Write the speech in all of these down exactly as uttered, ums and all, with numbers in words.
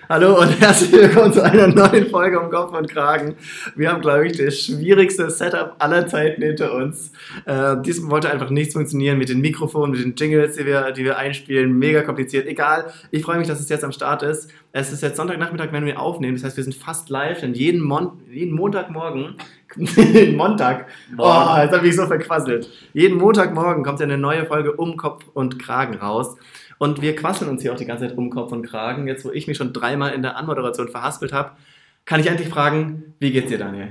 Hallo und herzlich willkommen zu einer neuen Folge um Kopf und Kragen. Wir haben, glaube ich, das schwierigste Setup aller Zeiten hinter uns. Äh, diesmal wollte einfach nichts funktionieren mit den Mikrofonen, mit den Jingles, die wir, die wir einspielen. Mega kompliziert. Egal, ich freue mich, dass es jetzt am Start ist. Es ist jetzt Sonntagnachmittag, wenn wir aufnehmen. Das heißt, wir sind fast live, denn jeden, Mon- jeden Montagmorgen, Montag, oh, jetzt habe ich so verquasselt. Jeden Montagmorgen kommt ja eine neue Folge um Kopf und Kragen raus. Und wir quasseln uns hier auch die ganze Zeit um Kopf und Kragen. Jetzt, wo ich mich schon dreimal in der Anmoderation verhaspelt habe, kann ich endlich fragen, wie geht's dir, Daniel?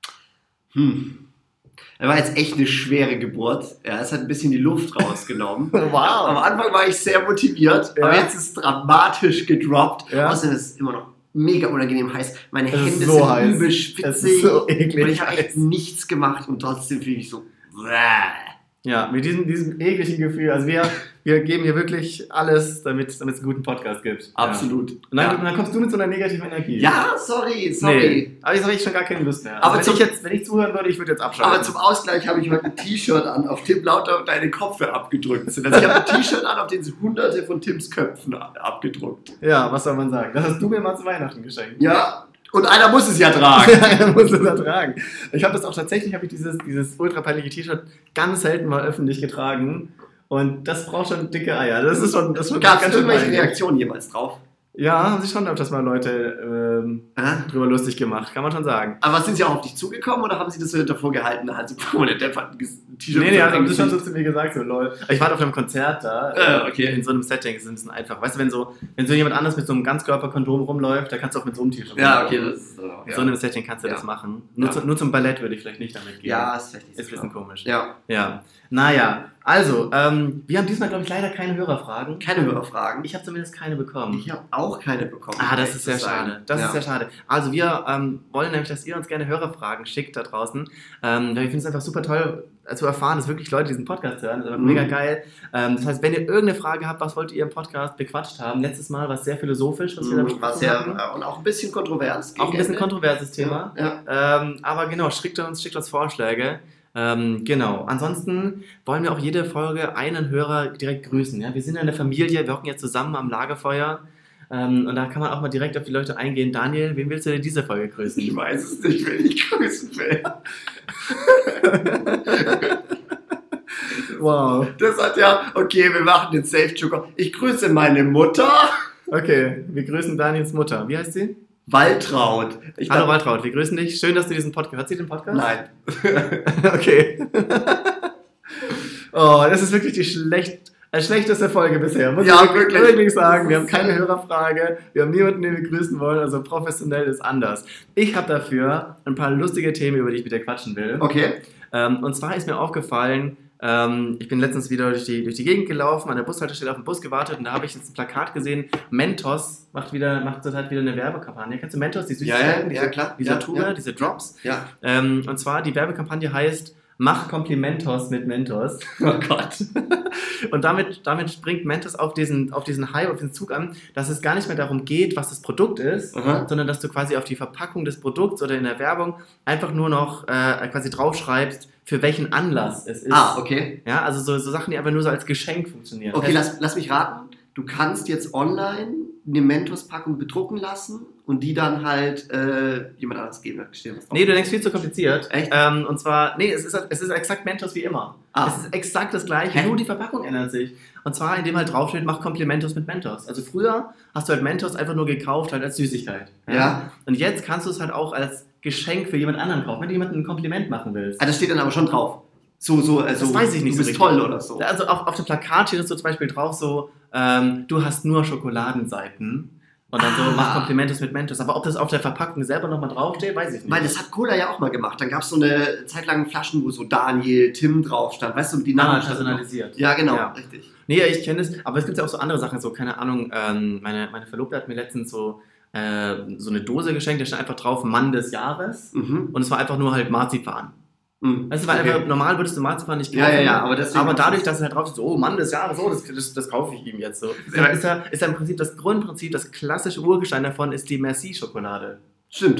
Hm. Das war jetzt echt eine schwere Geburt. Ja, es hat ein bisschen die Luft rausgenommen. Wow. Am Anfang war ich sehr motiviert, Ja. aber jetzt ist es dramatisch gedroppt. Ja. Außerdem ist es immer noch mega unangenehm heiß. Meine Es ist Hände so sind heiß. übel Es schwitzig. ist so eklig und ich habe heiß. echt nichts gemacht und trotzdem fühle ich so... Ja, mit diesem, diesem ekligen Gefühl. Also wir, wir geben hier wirklich alles, damit, damit es einen guten Podcast gibt. Absolut. Ja. Und, dann, Ja. und dann kommst du mit so einer negativen Energie. Ja, sorry, sorry. Nee, aber jetzt habe ich schon gar keine Lust mehr. Also Aber wenn, zum- ich jetzt, wenn ich zuhören würde, ich würde jetzt abschalten. Aber zum Ausgleich habe ich heute ein T-Shirt an, auf dem lauter deine Köpfe abgedrückt sind. Also ich habe ein T-Shirt an, auf dem sind hunderte von Tims Köpfen abgedruckt. Ja, was soll man sagen? Das hast du mir mal zu Weihnachten geschenkt. Ja, und einer muss es ja tragen. Einer muss es ertragen. Ich habe das auch tatsächlich, habe ich dieses, dieses ultra peinliche T-Shirt ganz selten mal öffentlich getragen. Und das braucht schon dicke Eier. Das ist schon, das ist schon Gab es ganz schön irgendwelche peinlich. Reaktionen jemals drauf? Ja, haben sich schon öfters mal Leute ähm, Ah. drüber lustig gemacht, kann man schon sagen. Aber sind sie auch auf dich zugekommen oder haben sie das so davor gehalten? Also, boah, der Depp hat ein Ges- ein T-Shirt. Nee, nee, mit haben seinem das schon so Gesicht. zu mir gesagt, so lol. Ich war auf einem Konzert da, Ah, äh, okay. in so einem Setting, ist es ein bisschen einfach. Weißt du, wenn so, wenn so jemand anders mit so einem Ganzkörperkondom rumläuft, da kannst du auch mit so einem T-Shirt Ja, rumlaufen. okay, das ist. In Ja, so einem Setting kannst du Ja. das machen. Nur, Ja. zu, nur zum Ballett würde ich vielleicht nicht damit gehen. ja ist vielleicht nicht Ist ein bisschen komisch. Ja, Ja. Naja, also, ähm, wir haben diesmal, glaube ich, leider keine Hörerfragen. keine Hörerfragen. Ich habe zumindest keine bekommen. Ich habe auch keine bekommen. Ah, das um ist sehr ehrlich zu sein. schade. Das ja. ist sehr schade. Also wir ähm, wollen nämlich, dass ihr uns gerne Hörerfragen schickt da draußen. Ähm, weil wir finden es einfach super toll äh, zu erfahren, dass wirklich Leute diesen Podcast hören. Das ist einfach Mhm. mega geil. Ähm, das heißt, wenn ihr irgendeine Frage habt, was wollt ihr im Podcast bequatscht haben? Letztes Mal war es sehr philosophisch, was wir da Mhm, besprochen was ja, hatten. äh, und auch ein bisschen kontrovers. Auch ein gegen bisschen Ende. kontroverses Thema. Ja. Ähm, aber genau, schickt uns, schickt uns Vorschläge. Ähm, genau. Ansonsten wollen wir auch jede Folge einen Hörer direkt grüßen. Ja? Wir sind ja eine Familie, wir hocken jetzt zusammen am Lagerfeuer. Ähm, und da kann man auch mal direkt auf die Leute eingehen. Daniel, wen willst du denn diese Folge grüßen? Ich weiß es nicht, wen ich grüßen will. Wow. Das hat ja, okay, wir machen den Safe-Joker. Ich grüße meine Mutter, Okay, wir grüßen Daniels Mutter. Wie heißt sie? Waltraud. Ich Hallo glaub- Waltraud, wir grüßen dich. Schön, dass du diesen Podcast... Hört sie den Podcast? Nein. Okay. Oh, das ist wirklich die schlecht, äh, schlechteste Folge bisher. Muss Ja, ich wirklich, wirklich. wirklich sagen. Wir Das haben ist- keine Hörerfrage. Wir haben niemanden, den wir grüßen wollen. Also professionell ist anders. Ich habe dafür ein paar lustige Themen, über die ich mit dir quatschen will. Okay. Ähm, und zwar ist mir aufgefallen, ähm, ich bin letztens wieder durch die, durch die Gegend gelaufen, an der Bushaltestelle auf den Bus gewartet und da habe ich jetzt ein Plakat gesehen. Mentos macht wieder, macht zurzeit wieder eine Werbekampagne. Kennst du Mentos? Die Ja, ja, Süßigkeiten, ja, diese, klar. diese Ja, Tube, ja. diese Drops. Ja. Ähm, und zwar die Werbekampagne heißt Mach Komplimentos mit Mentos. Oh Gott. Und damit, damit springt Mentos auf diesen, auf diesen Hype, auf diesen Zug an, dass es gar nicht mehr darum geht, was das Produkt ist, Aha. sondern dass du quasi auf die Verpackung des Produkts oder in der Werbung einfach nur noch äh, quasi draufschreibst, für welchen Anlass es ist. Ah, okay. Ja, also so, so Sachen, die einfach nur so als Geschenk funktionieren. Okay, Das- lass, lass mich raten. Du kannst jetzt online eine Mentos-Packung bedrucken lassen und die dann halt äh, jemand anderes geben. Da steht was drauf. Nee, du denkst viel zu kompliziert. Echt? Ähm, und zwar, nee, es ist, es ist exakt Mentos wie immer. Ah. Es ist exakt das gleiche, Hä? nur die Verpackung ändert sich. Und zwar, indem halt draufsteht, mach Komplimentos mit Mentos. Also früher hast du halt Mentos einfach nur gekauft, halt als Süßigkeit. Ja. Und jetzt kannst du es halt auch als Geschenk für jemand anderen kaufen, wenn du jemandem ein Kompliment machen willst. Ah, das steht dann aber schon drauf. So, so, also Das weiß ich nicht du so bist richtig. toll oder so. Also auf, auf dem Plakat steht es so zum Beispiel drauf so, ähm, du hast nur Schokoladenseiten. Und dann so, Ah. mach Komplimentos mit Mentos. Aber ob das auf der Verpackung selber nochmal draufsteht, weiß ich nicht. Weil das hat Cola ja auch mal gemacht. Dann gab es so eine Zeit lang Flaschen, wo so Daniel, Tim drauf stand. Weißt du, die Ah, Namen standen noch. personalisiert. Ja, genau, Ja. richtig. Nee, ich kenne es, aber es gibt ja auch so andere Sachen, so, keine Ahnung, ähm, meine, meine Verlobte hat mir letztens so, äh, so eine Dose geschenkt, da stand einfach drauf Mann des Jahres Mhm. und es war einfach nur halt Marzipan. Mhm. Also es war Okay. einfach, normal würdest du Marzipan nicht kaufen, Ja, ja, ja, aber deswegen- aber dadurch, dass es halt drauf ist, so, oh Mann des Jahres, oh, das, das, das kaufe ich ihm jetzt so. Ja. Ist ja, ist ja im Prinzip das Grundprinzip, das klassische Urgestein davon ist die Merci-Schokolade. Stimmt.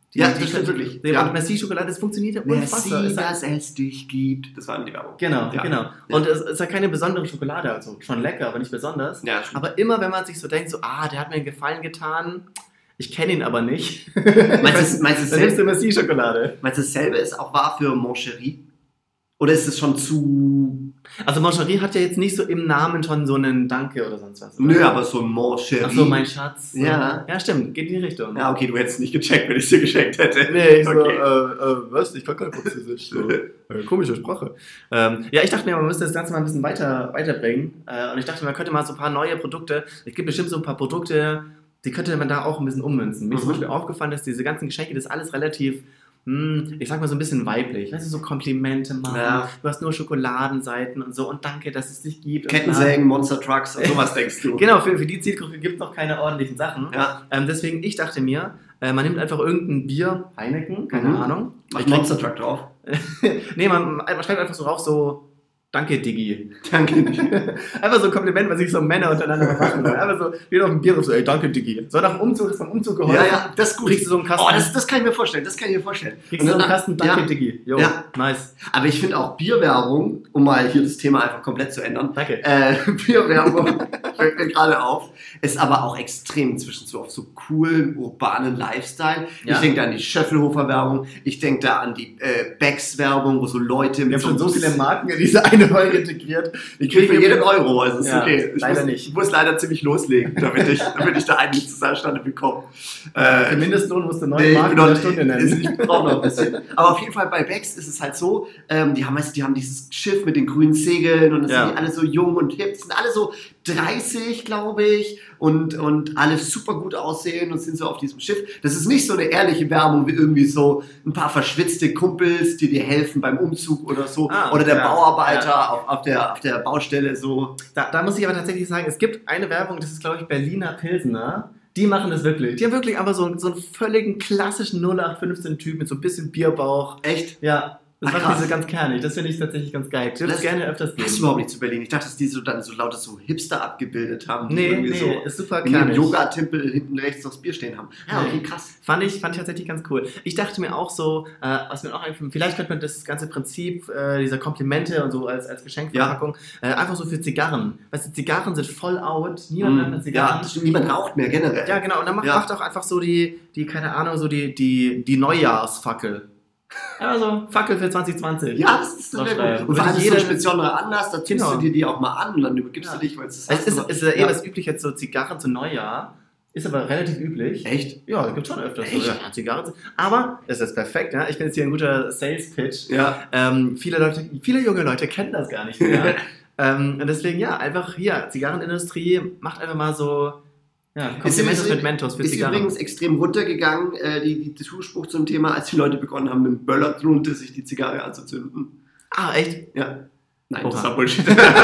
Die, Ja, die das stimmt wirklich. Die, Ja. Und Merci-Schokolade, das funktioniert ja unfassbar. Merci, Ist halt- dass es dich gibt. Das war die Werbung. Genau, Ja. genau. Ja. Und es ist ja keine besondere Schokolade, also schon lecker, aber nicht besonders. Ja, stimmt. Aber immer, wenn man sich so denkt, so, ah, der hat mir einen Gefallen getan, ich kenne ihn aber nicht. Meinst du, meinst du, Dann nimmst dasselbe, du Merci-Schokolade. meinst du, dasselbe ist auch wahr für Moncherie? Oder ist es schon zu... Also Moncherie hat ja jetzt nicht so im Namen schon so einen Danke oder sonst was. Oder? Nö, aber so ein Moncherie. Ach so, mein Schatz. Ja. Ja, stimmt, geht in die Richtung. Ja, okay, du hättest es nicht gecheckt, wenn ich es dir geschenkt hätte. Nee, ich so, Okay. äh, äh, was? Ich kann kein Französisch. So. Äh, komische Sprache. Ähm, ja, ich dachte mir, man müsste das Ganze mal ein bisschen weiter, weiterbringen. Äh, und ich dachte, man könnte mal so ein paar neue Produkte, es gibt bestimmt so ein paar Produkte, die könnte man da auch ein bisschen ummünzen. Mir ist Mhm. zum Beispiel aufgefallen, dass diese ganzen Geschenke, das ist alles relativ, hm, ich sag mal so ein bisschen weiblich. Weißt du, so Komplimente machen, Ja. du hast nur Schokoladenseiten und so und danke, dass es dich gibt. und Kettensägen, Monster Trucks und sowas denkst du. bla. Genau, für, für die Zielgruppe gibt es noch keine ordentlichen Sachen. Ja. Ähm, deswegen, ich dachte mir, äh, man nimmt einfach irgendein Bier, Heineken, keine Mhm. Ahnung. Mach Ich krieg- Monster Truck drauf. nee, man, man schreibt einfach so drauf so, danke Diggi. Danke. Einfach so ein Kompliment, was sich so Männer untereinander machen. Einfach so, wieder auf dem Bier drauf so, ey, danke Diggi. So nach dem Umzug, ist vom Umzug geholfen. Ja, ja, das ist gut. Kriegst du so einen Kasten, Oh, das, das kann ich mir vorstellen, das kann ich mir vorstellen. kriegst du so einen dann- Kasten, danke ja, Diggi. Jo, Ja. nice. Aber ich finde auch Bierwerbung, um mal hier das Thema einfach komplett zu ändern, Danke. äh, Bierwerbung fällt mir gerade auf, ist aber auch extrem inzwischen so auf so coolen, urbanen Lifestyle. Ja. Ich denke da an die Schöffelhofer-Werbung, ich denke da an die äh, Becks-Werbung, wo so Leute Wir mit haben schon so viele Marken in diese eine Folge integriert. Ich kriege für jeden Euro, also ist Ja, okay. Ich leider muss, nicht. Ich muss leider ziemlich loslegen, damit ich, damit ich da eigentlich zustande bekomme. Für Äh, Mindestlohn musst du neun Nee, ich Marken bin in noch, der Stunde nennen. ich brauche noch ein bisschen. Aber auf jeden Fall bei Becks ist es halt so, ähm, die, haben, weißt du, die haben dieses Schiff mit den grünen Segeln und das Ja. sind die alle so jung und hip, sind alle so dreißig, glaube ich, und, und alle super gut aussehen und sind so auf diesem Schiff. Das ist nicht so eine ehrliche Werbung wie irgendwie so ein paar verschwitzte Kumpels, die dir helfen beim Umzug oder so. Ah, oder der ja, Bauarbeiter ja. Auf, auf, der, auf der Baustelle so. Da, da muss ich aber tatsächlich sagen, es gibt eine Werbung, das ist glaube ich Berliner Pilsener. Die machen das wirklich. Die haben wirklich einfach so, einen- so einen völligen klassischen null acht fünfzehn Typ mit so ein bisschen Bierbauch. Echt? Ja, das Ach, machen krass. diese ganz kernig. Das finde ich tatsächlich ganz geil. Ich würde es Das- gerne öfters Passt geben. überhaupt nicht zu Berlin. Ich dachte, dass die so dann so lauter so Hipster abgebildet haben, die Nee, irgendwie nee, so ist super in ihrem kernig. Yoga-Tempel hinten rechts noch das Bier stehen haben. Ja, Nee. okay, krass. Fand ich, fand ich tatsächlich ganz cool. Ich dachte mir auch so, äh, was mir auch einfach, vielleicht könnte man das ganze Prinzip äh, dieser Komplimente und so als, als Geschenkverpackung, äh, einfach so für Zigarren. Weißt du, Zigarren sind voll out, niemand mehr mit Ja, Zigarren. das stimmt, niemand raucht mehr generell. Ja, genau, und dann macht, Ja. macht auch einfach so die, die, keine Ahnung, so die, die, die Neujahrsfackel. Also, Fackel für zwanzig zwanzig. Ja, das ist Doch, das äh, Und vor allem ist so jeder- ein besonderer Anlass, da ziehst Genau. du dir die auch mal an und dann übergibst Ja. du dich, weil es das Es ist, aber- es ist ja eh Ja. was üblich, jetzt so Zigarren zu Neujahr. Ist aber relativ üblich. Echt? Ja, gibt schon öfters. Echt? So, ja, Zigarren. Aber es ist perfekt, ja. Ich bin jetzt hier ein guter Sales-Pitch. Ja. Ähm, viele Leute, viele junge Leute kennen das gar nicht mehr. ähm, und deswegen, ja, einfach hier, Zigarrenindustrie macht einfach mal so, ja, Komplimente Ist- mit Mentos für Ist Zigarren. übrigens extrem runtergegangen, äh, die, die, der Zuspruch zum Thema, als die Leute begonnen haben, mit dem Böller drunter sich die Zigarre anzuzünden. Ah, echt? Ja. Nein, Oha. das war Bullshit.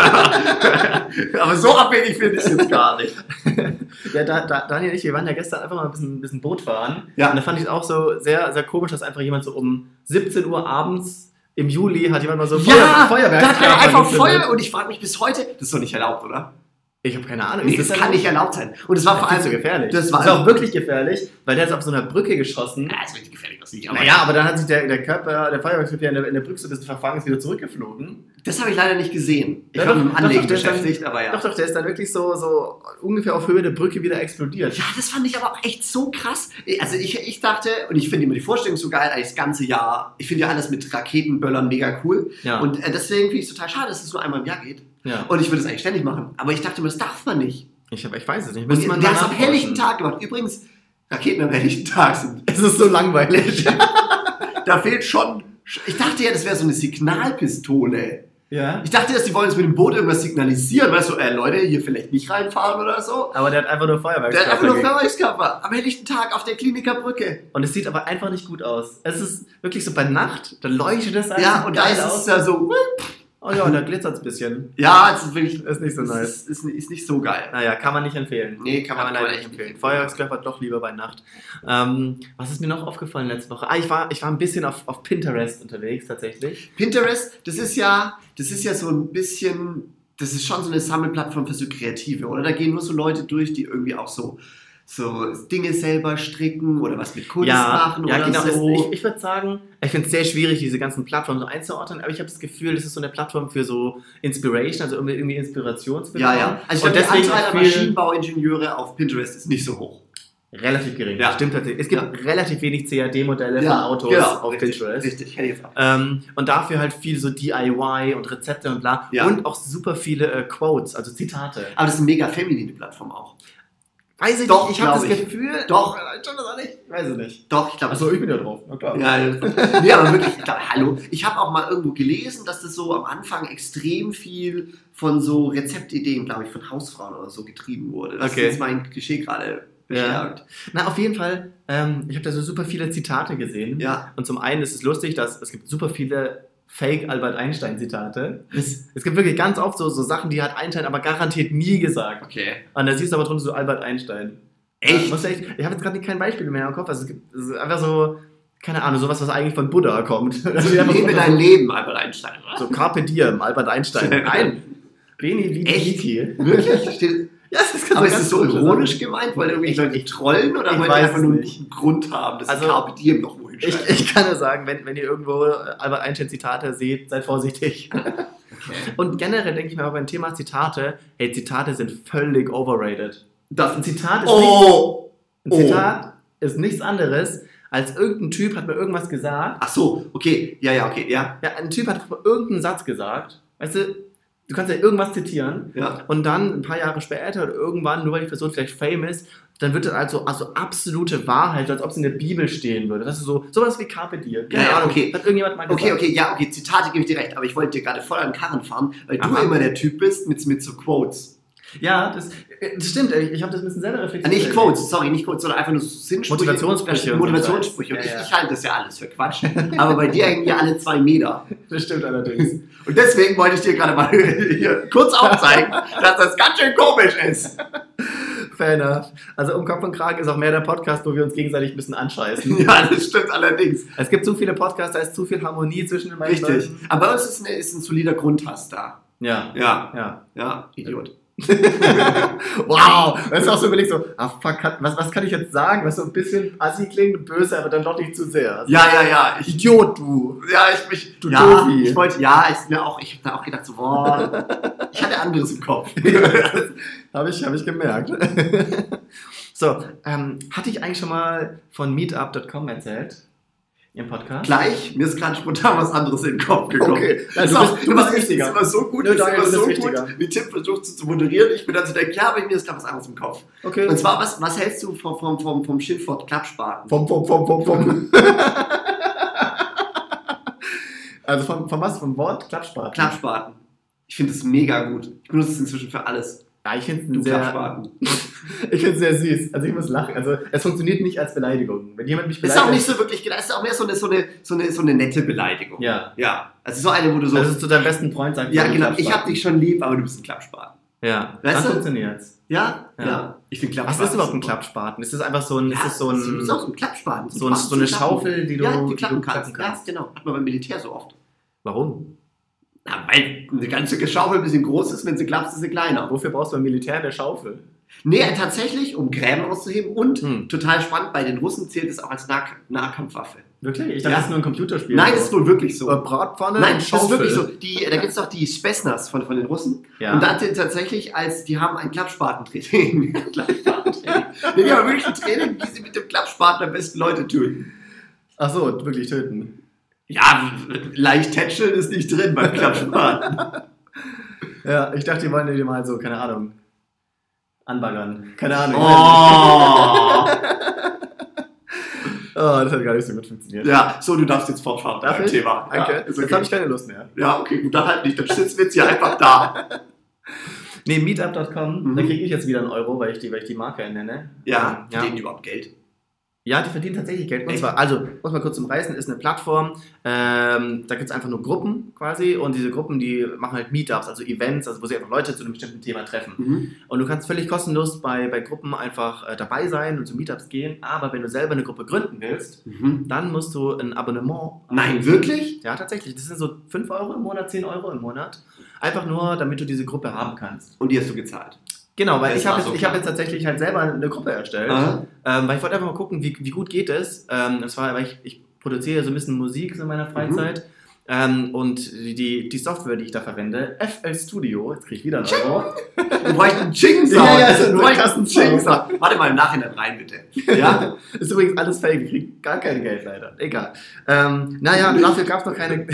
Aber so abwegig finde ich es jetzt gar nicht. Ja, da, da, Daniel und ich, wir waren ja gestern einfach mal ein bisschen, ein bisschen Boot fahren. Ja. Und da fand ich es auch so sehr, sehr komisch, dass einfach jemand so um siebzehn Uhr abends im Juli hat jemand mal so Ja, Feuerwerk. da hat er einfach Feuer und ich frage mich bis heute, das ist doch nicht erlaubt, oder? Ich habe keine Ahnung. Nee, ist das das kann nicht erlaubt sein. Und es war vor viel allem zu gefährlich. Das war ist auch wirklich gefährlich, weil der ist auf so einer Brücke geschossen. Ja, ist richtig gefährlich, das nicht. Naja, aber dann hat sich der, der Körper, der Feuerwerkskörper in der, in der Brücke so ein bisschen verfangen, ist wieder zurückgeflogen. Das habe ich leider nicht gesehen. Ich Ja, war doch, mit dem doch, Anlegen doch, der ist dann- beschäftigt, aber ja. Doch, doch, der ist dann wirklich so, so ungefähr auf Höhe der Brücke wieder explodiert. Ja, das fand ich aber auch echt so krass. Also ich, ich dachte, und ich finde immer die Vorstellung so geil, eigentlich das ganze Jahr. Ich finde ja alles mit Raketenböllern mega cool. Ja. Und äh, deswegen finde ich es total schade, dass es nur einmal im Jahr geht. Ja. Und ich würde es eigentlich ständig machen. Aber ich dachte mir, das darf man nicht. Ich, hab, ich weiß es nicht. Und Müsste man der mal hat es am nachforschen. helllichten Tag gemacht. Übrigens, Raketen am helllichten Tag sind. Es ist so langweilig. Da fehlt schon. Ich dachte ja, das wäre so eine Signalpistole. Ja. Ich dachte, dass die wollen jetzt mit dem Boot irgendwas signalisieren. Weißt du, äh, Leute, hier vielleicht nicht reinfahren oder so. Aber der hat einfach nur Der hat Feuerwerkskörper. einfach nur gegeben. Feuerwerkskörper. Am helllichten Tag auf der Kliniker Brücke. Und es sieht aber einfach nicht gut aus. Es ist wirklich so bei Nacht, da leuchtet es alles Ja, so und da geil ist es aus. ja so. Oh ja, und da glitzert es ein bisschen. Ja, es ist wirklich. Ist nicht so es nice. Ist, ist, ist nicht so geil. Naja, kann man nicht empfehlen. Nee, kann man, leider kann nicht empfehlen. Feuerwerkskörper doch lieber bei Nacht. Ähm, was ist mir noch aufgefallen letzte Woche? Ah, ich war, ich war ein bisschen auf, auf Pinterest unterwegs, tatsächlich. Pinterest, das ist ja, das ist ja so ein bisschen, das ist schon so eine Sammelplattform für so Kreative, oder? Da gehen nur so Leute durch, die irgendwie auch so so Dinge selber stricken oder was mit Kunst Ja, machen ja oder genau. so. Es, ich ich würde sagen, ich finde es sehr schwierig, diese ganzen Plattformen so einzuordnen, aber ich habe das Gefühl, das ist so eine Plattform für so Inspiration, also irgendwie, irgendwie Inspiration zu ja, bekommen. ja. Also ich Und glaube, der deswegen Anteil an viel- Maschinenbauingenieure auf Pinterest ist nicht so hoch. Relativ gering, Ja. das stimmt tatsächlich. Es gibt Ja. relativ wenig C A D-Modelle von Ja, Autos genau, auf richtig, Pinterest. Richtig, hätte ich jetzt auch. Ähm, und dafür halt viel so D I Y und Rezepte und bla. Ja. Und auch super viele äh, Quotes, also Zitate. Aber das ist eine mega feminine Plattform auch. Weiß ich Doch, nicht, ich habe das glaub ich. Gefühl... Doch. Schon das auch nicht? Weiß ich nicht. Doch, ich glaube. Achso, ich bin ja drauf. Na klar. Ja, ja. Nee, aber wirklich, ich glaub, hallo. Ich habe auch mal irgendwo gelesen, dass das so am Anfang extrem viel von so Rezeptideen, glaube ich, von Hausfrauen oder so getrieben wurde. Das Okay. ist mein Klischee gerade bestärkt. Na, auf jeden Fall, ähm, ich habe da so super viele Zitate gesehen. Ja. Und zum einen ist es lustig, dass es gibt super viele Fake-Albert Einstein-Zitate. Es, es gibt wirklich ganz oft so, so Sachen, die hat Einstein aber garantiert nie gesagt. Okay. Und da siehst du aber drunter so Albert Einstein. Echt? Muss ich ich habe jetzt gerade kein Beispiel mehr im Kopf. Also es gibt es ist einfach so, keine Ahnung, sowas, was eigentlich von Buddha kommt. Da steht einfach Lebe drunter dein Leben, Albert Einstein. Was? So Carpe Diem, Albert Einstein. Nein. Beni Vidi Echt? Vici. Wirklich? Steht, Ja, das ist aber ganz ist es so komische ironisch Sachen. gemeint, weil irgendwie Leute nicht trollen oder ich weil die weiß einfach es nur nicht. einen Grund haben, dass Also, sie Carpe Diem noch wohin Ich, schreiben? ich kann nur sagen, wenn, wenn ihr irgendwo Albert Einstein Zitate seht, seid vorsichtig. Okay. Und generell denke ich mir auch beim Thema Zitate, hey, Zitate sind völlig overrated. Das Ein Zitat ist, Oh! nichts, ein Zitat ist nichts anderes, als irgendein Typ hat mir irgendwas gesagt. Ach so, okay. Ja, ja, okay, ja. Ja, ein Typ hat irgendeinen Satz gesagt. Weißt du, du kannst ja irgendwas zitieren. Ja. Und dann ein paar Jahre später oder irgendwann, nur weil die Person vielleicht fame ist, dann wird das also, also absolute Wahrheit, als ob es in der Bibel stehen würde. Das ist so sowas wie Carpe Diem. Ja, ja, okay. Hat irgendjemand mal gesagt. Okay, okay, ja, okay, Zitate gebe ich dir recht, aber ich wollte dir gerade voll an den Karren fahren, weil du Aha. immer der Typ bist mit, mit so Quotes. Ja, das, das stimmt. Ich, ich habe das ein bisschen selber Ah, reflektiert. nicht Quotes, sorry, nicht Quotes, sondern einfach nur so Sinnsprüche. Motivationssprüche und Motivationssprüche. so Und ich, Scheiß. Ja, ja. ich halte das ja alles für Quatsch. Aber bei dir hängen ja alle zwei Meter. Das stimmt allerdings. Und deswegen wollte ich dir gerade mal hier kurz aufzeigen, dass das ganz schön komisch ist. Fair enough. Also um Kopf und Kragen ist auch mehr der Podcast, wo wir uns gegenseitig ein bisschen anscheißen. Ja, das stimmt allerdings. Es gibt zu viele Podcasts, da ist zu viel Harmonie zwischen den beiden Richtig. Leuten. Aber bei uns ist, eine, ist ein solider Grundhass da. Ja. Ja, Ja. ja, Idiot. Wow! Das ist auch so überlegt so, ah fuck, kann, was, was kann ich jetzt sagen, was so ein bisschen assi klingt, böse, aber dann doch nicht zu sehr. Also, Ja, ja, ja. Ich, Idiot, du! ja, ich mich. Du ja, Dofi. ich wollte, ja, ich mir auch, ich habe da auch gedacht, so, boah, ich hatte anderes im Kopf. Habe ich, hab ich gemerkt. So, ähm, hatte ich eigentlich schon mal von meetup Punkt com erzählt? Im Podcast? Gleich, mir ist gerade spontan was anderes in den Kopf gekommen. Okay, Das du ist auch- bist- du immer- bist es wichtiger. ist immer so gut, Nö, es ist Daniel, immer du bist so wichtiger. gut, wie Tim versucht zu, zu moderieren. Ich bin dann zu denken, ja, aber mir ist gerade was anderes im Kopf. Okay. Und zwar, was, was hältst du vom, vom, vom, vom Schimpfwort Klappspaten? Vom, vom, vom, vom, vom. Also vom, vom was? Vom Wort Klappspaten? Klappspaten. Ich finde es mega gut. Ich benutze es inzwischen für alles. Ja, ich finde Du es sehr, Klappspaten. ich find's sehr süß. Also ich muss lachen. Also es funktioniert nicht als Beleidigung. Wenn jemand mich Ist beleidigt... auch nicht so wirklich, das ist auch mehr so eine, so eine, so eine, so eine nette Beleidigung. Ja. Ja. Also so eine, wo du so, Das ist zu deinem besten Freund sagt. ja du genau, ich Klappspaten. hab dich schon lieb, aber du bist ein Klappspaten. Ja, Weißt dann du? funktioniert's. Ja? Ja. Ja. Ich finde Was Klappspaten. ist überhaupt ein super. Klappspaten? Ist das einfach so ein... Ja, ist das so das ist auch ein so ein Klappspaten. so ein- so eine Schaufel, die du- ja, die die klappen du kannst. klappen kannst? Ja, genau. Hat man beim Militär so oft. warum? Na, weil eine ganze Schaufel ein bisschen groß ist, wenn sie klappst, ist sie kleiner. Wofür brauchst du beim Militär eine Schaufel? Nee, tatsächlich, um Gräben auszuheben und, Hm. total spannend, bei den Russen zählt es auch als nah Nahkampfwaffe. Wirklich? Ich dachte, Ja. das ist nur ein Computerspiel. Nein, das ist wohl wirklich so. Äh, Bratpfanne Nein, und das ist Schaufel. wirklich so. Die, da gibt es doch die Spetsnaz von, von den Russen. Ja. Und da zählt tatsächlich als, die haben ein Klappspatentraining. Klappspatentraining. Nee, die haben wirklich ein Training, wie sie mit dem Klappspaten am besten Leute töten. Ach so, wirklich töten. Ja, leicht tätscheln ist nicht drin beim Klappspaten. Ja, ich dachte, die wollen dir mal so, keine Ahnung, anbaggern. Keine Ahnung. Oh. Oh, das hat gar nicht so gut funktioniert. Ja, so, du darfst jetzt fortfahren Darf beim ich? Thema. Danke. Ja, ist Jetzt okay. habe ich keine Lust mehr. Ja, okay, gut, dann halt nicht. Dann sitzen wir jetzt hier einfach da. Nee, meetup Punkt com, Mhm. da kriege ich jetzt wieder einen Euro, weil ich die, weil ich die Marke nenne. Ja, ja. verdienen die überhaupt Geld? Ja, die verdienen tatsächlich Geld. Und Echt? zwar, also, muss man kurz umreißen, ist eine Plattform, ähm, da gibt es einfach nur Gruppen quasi und diese Gruppen, die machen halt Meetups, also Events, also wo sich einfach Leute zu einem bestimmten Thema treffen. Mhm. Und du kannst völlig kostenlos bei, bei Gruppen einfach äh, dabei sein und zu Meetups gehen, aber wenn du selber eine Gruppe gründen willst, Mhm. dann musst du ein Abonnement... Nein, wirklich? Ja, tatsächlich. Das sind so fünf Euro im Monat, zehn Euro im Monat. Einfach nur, damit du diese Gruppe haben kannst. Und die hast du gezahlt? Genau, weil Das ich habe war jetzt, so ich hab klar. jetzt tatsächlich halt selber eine Gruppe erstellt, Aha. ähm, weil ich wollte einfach mal gucken, wie, wie gut geht es. Ähm, das war, weil ich, ich produziere so ein bisschen Musik so in meiner Freizeit. Mhm. Ähm, und die, die Software, die ich da verwende, F L Studio, jetzt kriege ich wieder einen Euro. Du bräuchst einen Ching-Sound. Ja, ja, so du einen bräuchst einen Kasten-Sound. Ching-Sound. Warte mal im Nachhinein rein, bitte. Ja? Ist übrigens alles fake, ich kriege gar kein Geld leider. Egal. Ähm, naja, dafür gab es noch keine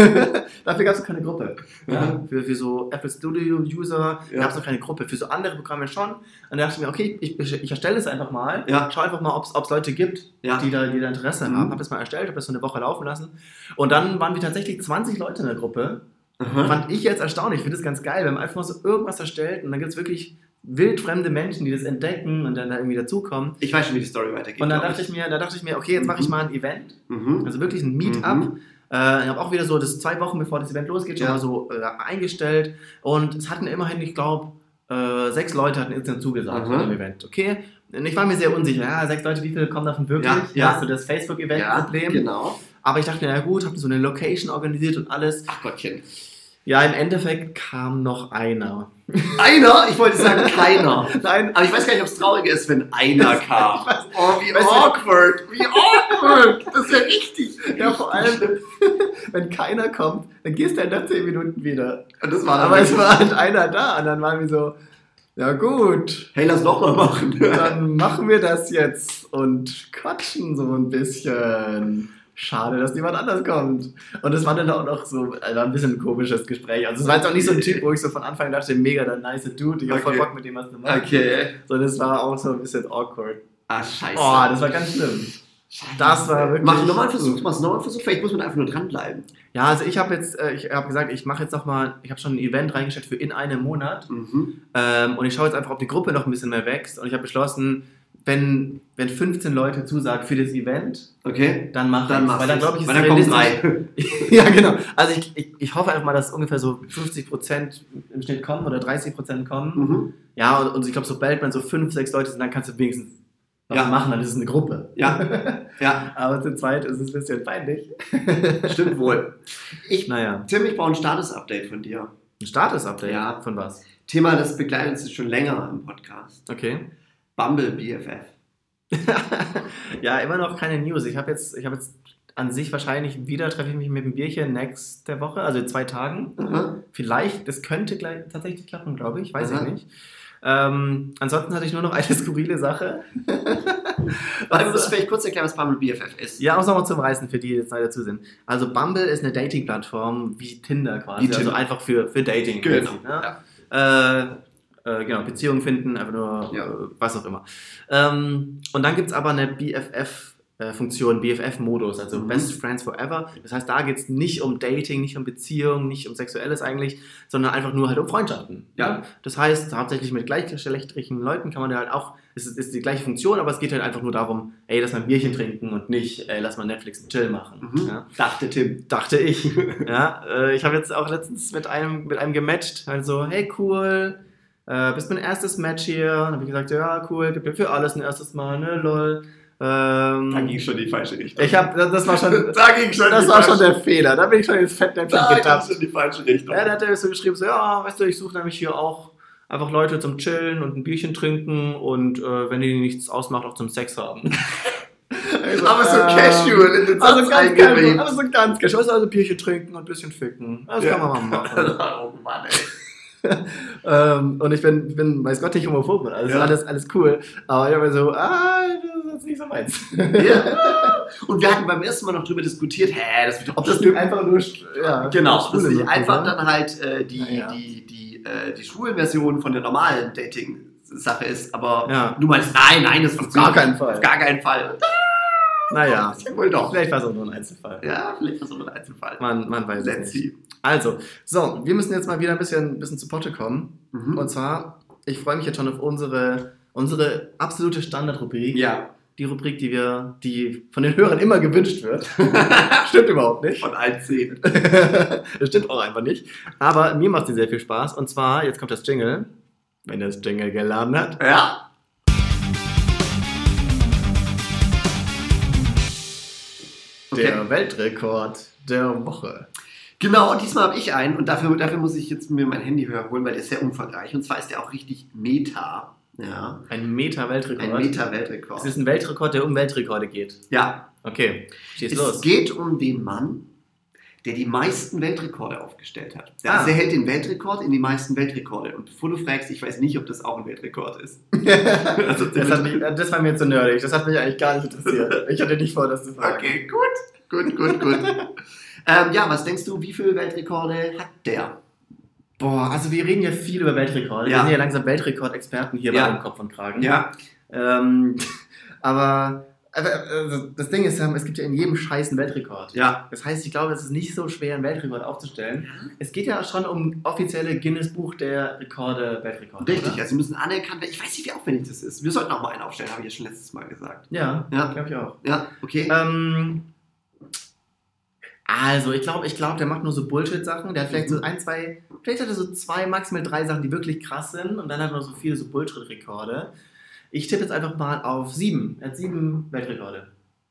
dafür gab es noch keine Gruppe. Ja? Für, für so F L Studio User Ja. gab es noch keine Gruppe. Für so andere Programme schon. Und da dachte ich mir, okay, ich, ich erstelle es einfach mal. Ja. Schau einfach mal, ob es Leute gibt, Ja. die, da, die da Interesse Mhm. haben. Habe das mal erstellt, habe das so eine Woche laufen lassen. Und dann waren wir tatsächlich zwanzig Leute in der Gruppe. Aha. Fand ich jetzt erstaunlich. Ich finde das ganz geil, wenn man einfach mal so irgendwas erstellt und dann gibt es wirklich wildfremde Menschen, die das entdecken und dann da irgendwie dazukommen. Ich weiß schon, wie die Story weitergeht. Und dann glaub dachte ich mir, da dachte ich mir, okay, jetzt mache ich mal ein Event, Mhm. also wirklich ein Meetup. Mhm. Äh, ich habe auch wieder so das zwei Wochen bevor das Event losgeht schon Ja. mal so äh, eingestellt und es hatten immerhin, ich glaube, äh, sechs Leute hatten instant zugesagt Aha. zu dem Event. Okay, und ich war mir sehr unsicher. Ja, sechs Leute, wie viele kommen davon wirklich? Ja, ja. Das ist so das Facebook-Event-Problem. Ja, genau. Aber ich dachte mir, ja gut, habe so eine Location organisiert und alles. Ach Gottchen. Ja, im Endeffekt kam noch einer. Einer? Ich wollte sagen keiner. Nein, Aber ich weiß gar nicht, ob es traurig ist, wenn einer kam. Ich weiß- Oh, wie Weißt du- awkward. Wie awkward. Das ist ja richtig. ja, vor allem, wenn keiner kommt, dann gehst du halt nach zehn Minuten wieder. Und das war dann Aber es wirklich- war halt einer da und dann waren wir so, ja gut, Hey, lass doch mal machen. dann machen wir das jetzt und quatschen so ein bisschen. Schade, dass niemand anders kommt. Und es war dann auch noch so also ein bisschen ein komisches Gespräch. Also es war jetzt auch nicht so ein Typ, wo ich so von Anfang an dachte, mega der nice Dude, ich hab voll Okay. Bock mit dem was zu machen. Okay. Sondern es war auch so ein bisschen awkward. Ah, scheiße. Oh, das war ganz schlimm. Das war wirklich... Mach nochmal einen Versuch, mach nochmal einen Versuch. Vielleicht muss man einfach nur dranbleiben. Ja, also ich habe jetzt, äh, ich habe gesagt, ich mache jetzt noch mal, ich habe schon ein Event reingestellt für in einem Monat Mhm. ähm, und ich schaue jetzt einfach, ob die Gruppe noch ein bisschen mehr wächst und ich habe beschlossen, wenn, wenn fünfzehn Leute zusagen für das Event, Okay. dann mache Dann ich mach's. weil dann glaube ich, ist Weil dann kommen realistisch. drei. Ja, genau. Also ich, ich, ich hoffe einfach mal, dass ungefähr so fünfzig Prozent im Schnitt kommen oder dreißig Prozent kommen. Mhm. Ja, und, und ich glaube, sobald man so fünf, sechs Leute sind, dann kannst du wenigstens was Ja. machen, dann ist es eine Gruppe. Ja. Ja, Aber zu zweit ist es ein bisschen peinlich. stimmt wohl. Ich, Naja, Tim, ich brauche ein Status-Update von dir. ein Status-Update? Ja. Von was? Thema, das begleitet uns schon länger im Podcast. Okay. Bumble B F F. Ja, immer noch keine News. Ich habe jetzt, ich habe jetzt an sich wahrscheinlich wieder, treffe ich mich mit dem Bierchen nächste Woche, also in zwei Tagen. Aha. Vielleicht, das könnte gleich tatsächlich klappen, glaube ich, weiß Aha. ich nicht. Ähm, ansonsten hatte ich nur noch eine skurrile Sache. Warte, wir müssen vielleicht kurz erklären, was Bumble B F F ist. Ja, auch nochmal zum Reißen für die, die jetzt neu dazu sind. Also Bumble ist eine Dating-Plattform wie Tinder quasi, Wie also Tinder. einfach für, für Dating. Genau. Prinzip, ne? Ja. Äh, äh, genau, Beziehungen finden, einfach nur Ja. äh, was auch immer. Ähm, und dann gibt es aber eine B F F-Funktion, B F F-Modus, also Mhm. Best Friends Forever. Das heißt, da geht es nicht um Dating, nicht um Beziehung, nicht um Sexuelles eigentlich, sondern einfach nur halt um Freundschaften. Ja. Das heißt, hauptsächlich mit gleichgeschlechtlichen Leuten kann man da halt auch, es ist, ist die gleiche Funktion, aber es geht halt einfach nur darum, ey, lass mal ein Bierchen trinken und nicht, ey, lass mal Netflix und Chill machen. Mhm. Ja. Dachte Tim. Dachte ich. ja, äh, ich habe jetzt auch letztens mit einem, mit einem gematcht, also, hey, cool, äh, bist mein erstes Match hier. Und dann habe ich gesagt, ja, cool, gibt mir für alles ein erstes Mal, ne, lol. Ähm, Da ging schon in die falsche Richtung. ich habe, das war schon, da ging schon das die war schon falsche- der Fehler. Da bin ich schon ins Fettnäpfchen Da ging getappt. schon in die falsche Richtung. Ja, da hat er so geschrieben, so, ja, weißt du, ich suche nämlich hier auch einfach Leute zum Chillen und ein Bierchen trinken und äh, wenn die nichts ausmacht, auch zum Sex haben. Also, Aber so ähm, casual in den Satz Also ganz eingewebt. casual, aber so ganz casual. Also, also Bierchen trinken und ein bisschen ficken. Das Ja. kann man mal machen. Oh Mann, ey. ähm, und ich bin, ich bin, weiß Gott, nicht homophob und alles, Ja. alles, alles cool. Aber ich habe mir so, ah, das ist nicht so meins. Ja. Und wir hatten beim ersten Mal noch drüber diskutiert, hä, das wird doch Ob das bestimmt- nicht einfach nur, ja, Genau, dass Schwule nicht machen, einfach ne? dann halt äh, die, Ja, ja. die, die, äh, die schwulen Version von der normalen Dating-Sache ist, aber Ja. du meinst, nein, nein, das Auf gar keinen Fall. Auf gar keinen Fall. Naja, Das ist ja wohl doch. vielleicht war es auch nur ein Einzelfall. Ja, vielleicht ist das so ein Einzelfall. Man, man weiß es Let's nicht. see. Also, so, wir müssen jetzt mal wieder ein bisschen, ein bisschen zu Potte kommen. Mhm. Und zwar, ich freue mich jetzt schon auf unsere, unsere absolute Standardrubrik. Ja, Die Rubrik, die wir, die von den Hörern immer gewünscht wird. Stimmt überhaupt nicht. von allen zehn. Das stimmt auch einfach nicht. Aber mir macht sie sehr viel Spaß. Und zwar, jetzt kommt das Jingle. Wenn das Jingle geladen hat. Ja. Der Weltrekord der Woche. Genau, und diesmal habe ich einen und dafür, dafür muss ich jetzt mir mein Handy höher holen, weil der ist sehr umfangreich. Und zwar ist der auch richtig Meta. Ja. Ein Meta-Weltrekord? Ein Meta-Weltrekord. Es ist ein Weltrekord, der um Weltrekorde geht. Ja. Okay, schieß es los. Es geht um den Mann, der die meisten Weltrekorde aufgestellt hat. Ah. Also er hält den Weltrekord in die meisten Weltrekorde. Und bevor du fragst, ich weiß nicht, ob das auch ein Weltrekord ist. also das, hat mich, das war mir zu nerdig. Das hat mich eigentlich gar nicht interessiert. Ich hatte nicht vor, das zu fragen. Okay, gut. Gut, gut, gut. ähm, ja, was denkst du, wie viele Weltrekorde hat der? Boah, also wir reden ja viel über Weltrekorde. Ja. Wir sind ja langsam Weltrekordexperten hier Ja. bei dem Kopf und Kragen. Ja. Ähm, aber also das Ding ist, es gibt ja in jedem Scheiß einen Weltrekord. Ja. Das heißt, ich glaube, es ist nicht so schwer, einen Weltrekord aufzustellen. Es geht ja schon um offizielle Guinness-Buch der Rekorde, Weltrekorde. Richtig, oder? also sie müssen anerkannt werden. Ich weiß nicht, wie aufwendig das ist. Wir sollten auch mal einen aufstellen, habe ich ja schon letztes Mal gesagt. Ja, Ja. glaube ich auch. Ja, okay. Ähm, also, ich glaube, ich glaub, der macht nur so Bullshit-Sachen. Der hat vielleicht so ein, zwei, vielleicht hat er so zwei, maximal drei Sachen, die wirklich krass sind. Und dann hat er noch so viele so Bullshit-Rekorde. Ich tippe jetzt einfach mal auf sieben. Er hat sieben Weltrekorde.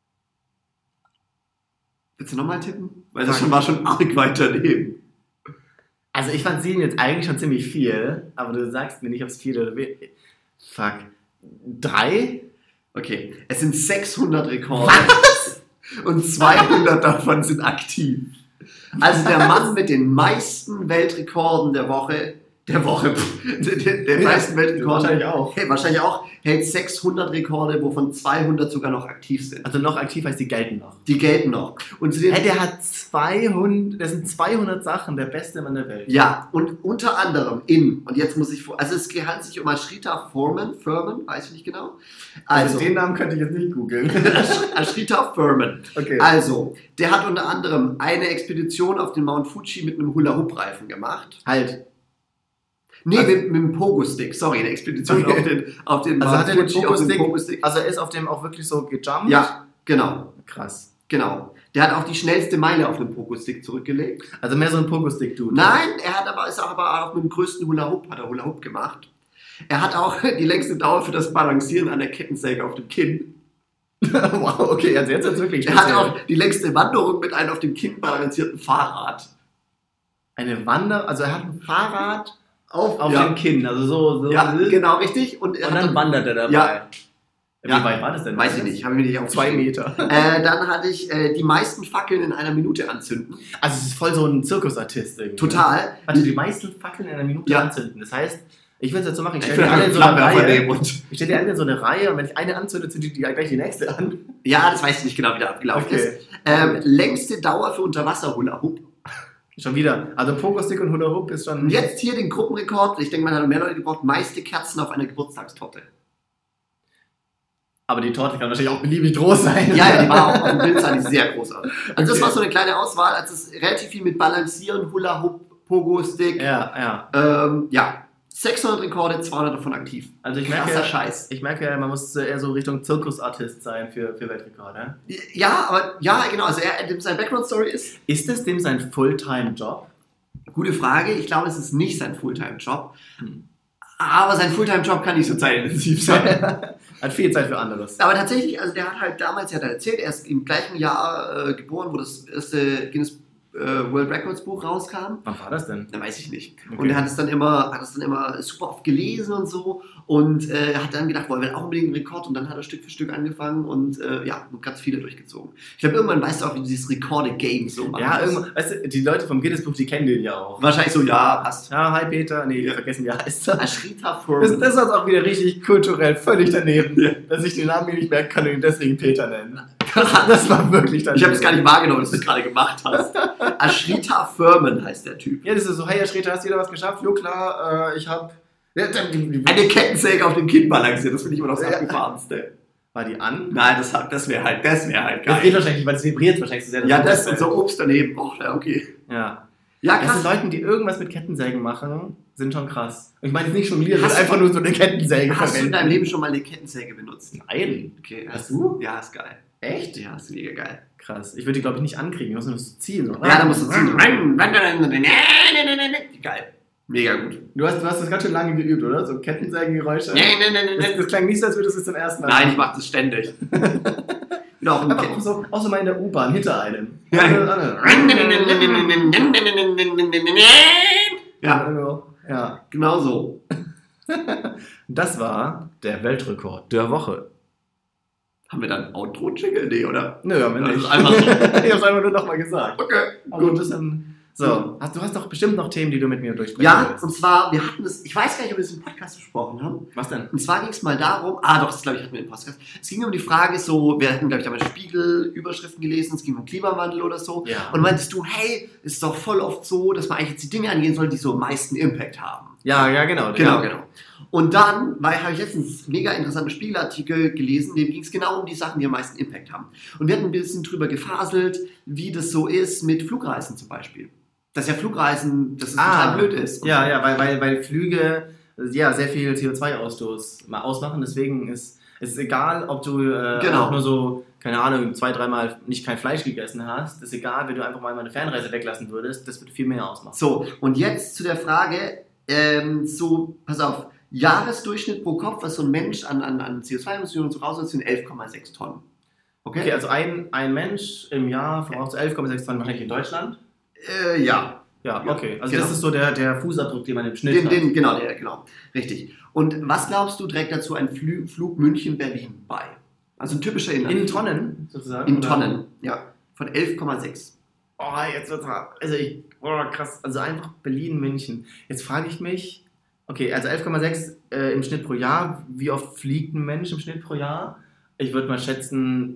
Willst du nochmal tippen? Weil das schon war schon arg weit daneben. Also, ich fand sieben jetzt eigentlich schon ziemlich viel. Aber du sagst mir nicht, ob es viel oder wenig. Fuck. Drei? Okay, es sind sechshundert Rekorde. Was? Und zweihundert davon sind aktiv. Also der Mann mit den meisten Weltrekorden der Woche, der Woche, der, der, der Ja, meisten Weltrekorde, wahrscheinlich auch. Hey, wahrscheinlich auch, hält sechshundert Rekorde, wovon zweihundert sogar noch aktiv sind. Also noch aktiv heißt, die gelten noch. Die gelten noch. Und zu den, Hey, der hat zweihundert, das sind zweihundert Sachen, der beste Mann der Welt. ja, und unter anderem in, und jetzt muss ich vor, also es handelt sich um Ashrita Furman, Furman, weiß ich nicht genau. Also, Also, den Namen könnte ich jetzt nicht googeln. Ashrita Furman. Okay. Also, der hat unter anderem eine Expedition auf den Mount Fuji mit einem Hula-Hoop-Reifen gemacht. Halt. Nee, Also- mit, mit einem Pogo-Stick, sorry, eine Expedition Okay. auf den, auf den Also hat er den Fuji auf den Pogo-Stick, Pogo-Stick. also er ist auf dem auch wirklich so gejumpt? Ja, genau, Krass. genau. Der hat auch die schnellste Meile auf dem Pogo-Stick zurückgelegt. Also mehr so ein Pogo-Stick-Dude. Nein, er hat aber, ist aber auch mit dem größten Hula-Hoop, hat er Hula-Hoop gemacht. Er hat auch die längste Dauer für das Balancieren an der Kettensäge auf dem Kinn. Wow, okay, also jetzt ist es wirklich Er hat speziell. auch die längste Wanderung mit einem auf dem Kinn balancierten Fahrrad. Eine Wander, also er hat ein Fahrrad auf, auf Ja. dem Kinn, also so, so Ja, genau, richtig. Und, er und hat dann wandert er dabei. Ja. Wie Ja. weit war das denn? weiß ich nicht, habe ich mir nicht Zwei aufgeschrieben. Meter. Äh, dann hatte ich äh, die meisten Fackeln in einer Minute anzünden. Also es ist voll so ein Zirkusartist irgendwie. Total. Warte, die meisten Fackeln in einer Minute Ja. anzünden. Das heißt, ich würde es jetzt so machen, ich Ich stelle will die alle einen in so eine Flammenwerfer Reihe. nehmen und. Ich stelle die alle in so eine Reihe und wenn ich eine anzünde, zünde ich die gleich die nächste an. Ja, das weiß ich nicht genau, wie der abgelaufen Okay. ist. Ähm, längste Dauer für Unterwasser-Hula-Hoop. Schon wieder. Also Pogo-Stick und Hula Hoop ist schon... Und jetzt hier den Gruppenrekord. Ich denke, man hat mehr Leute gebraucht. Meiste Kerzen auf einer Geburtstagstorte. Aber die Torte kann wahrscheinlich auch beliebig groß sein. Ja, ja, die war auch auf dem Bild, sah die sehr groß aus. Also das Okay. war so eine kleine Auswahl. Also es ist relativ viel mit Balancieren, Hula-Hoop, Pogo-Stick. Ja, ja. Ähm, ja, sechshundert Rekorde, zweihundert davon aktiv. Also ich Krasser merke, Scheiß. ich merke, man muss eher so Richtung Zirkusartist sein für, für Weltrekorde. Ja, aber ja, genau. Also er, seine Background-Story ist, Ist das dem sein Fulltime-Job? gute Frage. Ich glaube, es ist nicht sein Fulltime-Job. Hm. Aber sein Fulltime-Job kann nicht so zeitintensiv sein. Hat viel Zeit für anderes. Aber tatsächlich, also der hat halt damals, er hat erzählt, er ist im gleichen Jahr äh, geboren, wo das erste Guinness äh, World Records Buch rauskam. Wann war das denn? Da weiß ich nicht. Okay. Und er hat es dann immer, hat es dann immer super oft gelesen und so und äh, hat dann gedacht, boah, er will auch unbedingt einen Rekord und dann hat er Stück für Stück angefangen und äh, ja, und ganz viele durchgezogen. Ich glaube, irgendwann weißt du auch, wie du dieses Rekorde-Game so machst. Ja, irgendwann, weißt du, die Leute vom Guinness-Buch, die kennen den ja auch. Wahrscheinlich so, ja, passt. Ja, hi Peter. Nee, vergessen, wie er heißt. Das, Ashrita Furman. das ist jetzt auch wieder richtig kulturell völlig daneben, Ja. dass ich den Namen mir nicht merken kann und ihn deswegen Peter nennen. Das, das war wirklich daneben. Ich habe es gar nicht wahrgenommen, dass du es gerade gemacht hast. Ashrita Furman heißt der Typ. Ja, das ist so, hey, Herr Schreter, hast du wieder was geschafft? Jo, klar, äh, ich hab... Ja, dann- Eine Kettensäge auf dem Kinn balanciert, das finde ich immer noch das Ja. Abgefahrenste. War die an? Nein, das, hat- das wäre halt, das wäre halt Das geht geil. wahrscheinlich nicht, weil es vibriert wahrscheinlich so sehr. dass Ja, es das und fällt. so Obst daneben. Oh, ja, okay. Ja. Ja, Das sind krass. Leute, die irgendwas mit Kettensägen machen, sind schon krass. Und ich meine jetzt nicht jonglieren, Hast sondern einfach du- nur so eine Kettensäge Hast du in deinem verwenden. Leben schon mal eine Kettensäge benutzt? Nein. Okay. Hast du? Ja, ist geil. Echt? Ja, ist mega geil. Krass. Ich würde die, glaube ich, nicht ankriegen. Ich muss nur so ziehen. So. Ja, da musst du ziehen. Geil. Mega gut. Du hast, du hast das ganz schön lange geübt, oder? So Kettensägengeräusche. Nee, nee, nee, Das, nee. das klang nicht so, als würdest du es zum ersten Mal Nein, ich machen. mach das ständig. Genau, auch, Einfach auch so, auch so mal in der U-Bahn hinter einem. Ja. Ja. Ja. Genau so. Das war der Weltrekord der Woche. Haben wir dann Outro-Jingle? Nee, oder? Nö, haben wir Das nicht. ist einfach so. Ich hab's einfach nur nochmal gesagt. Okay, Also gut. ein bisschen. So, hast, du hast doch bestimmt noch Themen, die du mit mir durchsprechen Ja, willst. und zwar, wir hatten das, ich weiß gar nicht, ob wir das im Podcast besprochen haben. Was denn? Und zwar ging es mal darum, ah doch, das glaube ich hatten wir im Podcast. Es ging um die Frage so, wir hatten glaube ich damals Spiegel-Überschriften gelesen, es ging um Klimawandel oder so. Ja. Und meintest du, hey, es ist doch voll oft so, dass man eigentlich jetzt die Dinge angehen soll, die so am meisten Impact haben. Ja, ja, genau. Genau, ja. genau. Und dann habe ich letztens einen mega interessanten Spiegelartikel gelesen, dem ging es genau um die Sachen, die am meisten Impact haben. Und wir hatten ein bisschen drüber gefaselt, wie das so ist mit Flugreisen zum Beispiel. Dass ja Flugreisen, dass es Ah, total blöd ist. Und Ja, so. ja, weil, weil, weil Flüge ja, sehr viel C O zwei Ausstoß mal ausmachen. Deswegen ist es ist egal, ob du äh, Genau. auch nur so, keine Ahnung, zwei, dreimal nicht kein Fleisch gegessen hast. Das ist egal, wenn du einfach mal eine Fernreise weglassen würdest. Das würde viel mehr ausmachen. So, und jetzt zu der Frage, ähm, so, pass auf, Jahresdurchschnitt pro Kopf, was so ein Mensch an, an, an C O zwei Emissionen so rausholt, sind elf Komma sechs Tonnen. Okay? Okay, also ein, ein Mensch im Jahr verbraucht so elf Komma sechs Tonnen wahrscheinlich in Deutschland. Äh, ja. Ja, Ja, okay. Also genau. das ist so der, der Fußabdruck, den man im Schnitt Den, hat. den, genau, der, genau. Richtig. Und was glaubst du, trägt dazu ein Flü Flug München-Berlin bei? Also ein typischer Inland. In Tonnen, sozusagen? In oder? Tonnen, ja. Von elf Komma sechs. Oh, jetzt wird's hart. Also ich, oh krass, also einfach Berlin, München. Jetzt frage ich mich, okay, also elf Komma sechs äh, im Schnitt pro Jahr. Wie oft fliegt ein Mensch im Schnitt pro Jahr? Ich würde mal schätzen,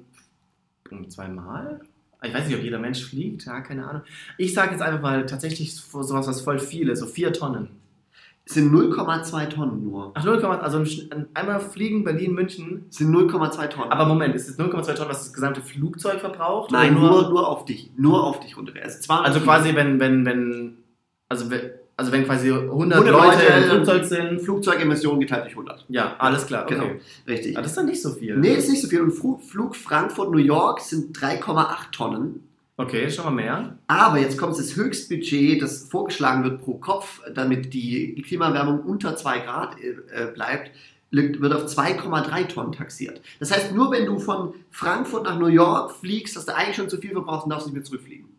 um zweimal? Ich weiß nicht, ob jeder Mensch fliegt, ja, keine Ahnung. Ich sage jetzt einfach mal tatsächlich sowas, was voll viel ist, so vier Tonnen. Es sind null Komma zwei Tonnen nur. Ach, null, also im Schnitt- einmal fliegen Berlin, München. Es sind null Komma zwei Tonnen. Aber Moment, ist es null Komma zwei Tonnen, was das gesamte Flugzeug verbraucht? Nein, Oder nur, nur auf dich. Nur auf dich runter. Also, zweihundert Also Kilo. quasi, wenn, wenn, wenn, also, wenn- also wenn quasi hundert, hundert Leute Leute im Flugzeug sind. Flugzeugemissionen geteilt durch hundert. Ja, alles klar, okay. Genau, richtig. Ja, das ist dann nicht so viel. Nee, ist nicht so viel. Und Flug, Flug Frankfurt-New York sind drei Komma acht Tonnen. Okay, schon mal mehr. Aber jetzt kommt das Höchstbudget, das vorgeschlagen wird pro Kopf, damit die Klimaerwärmung unter zwei Grad äh, bleibt, liegt- wird auf zwei Komma drei Tonnen taxiert. Das heißt, nur wenn du von Frankfurt nach New York fliegst, hast du eigentlich schon zu viel verbraucht und darfst nicht mehr zurückfliegen.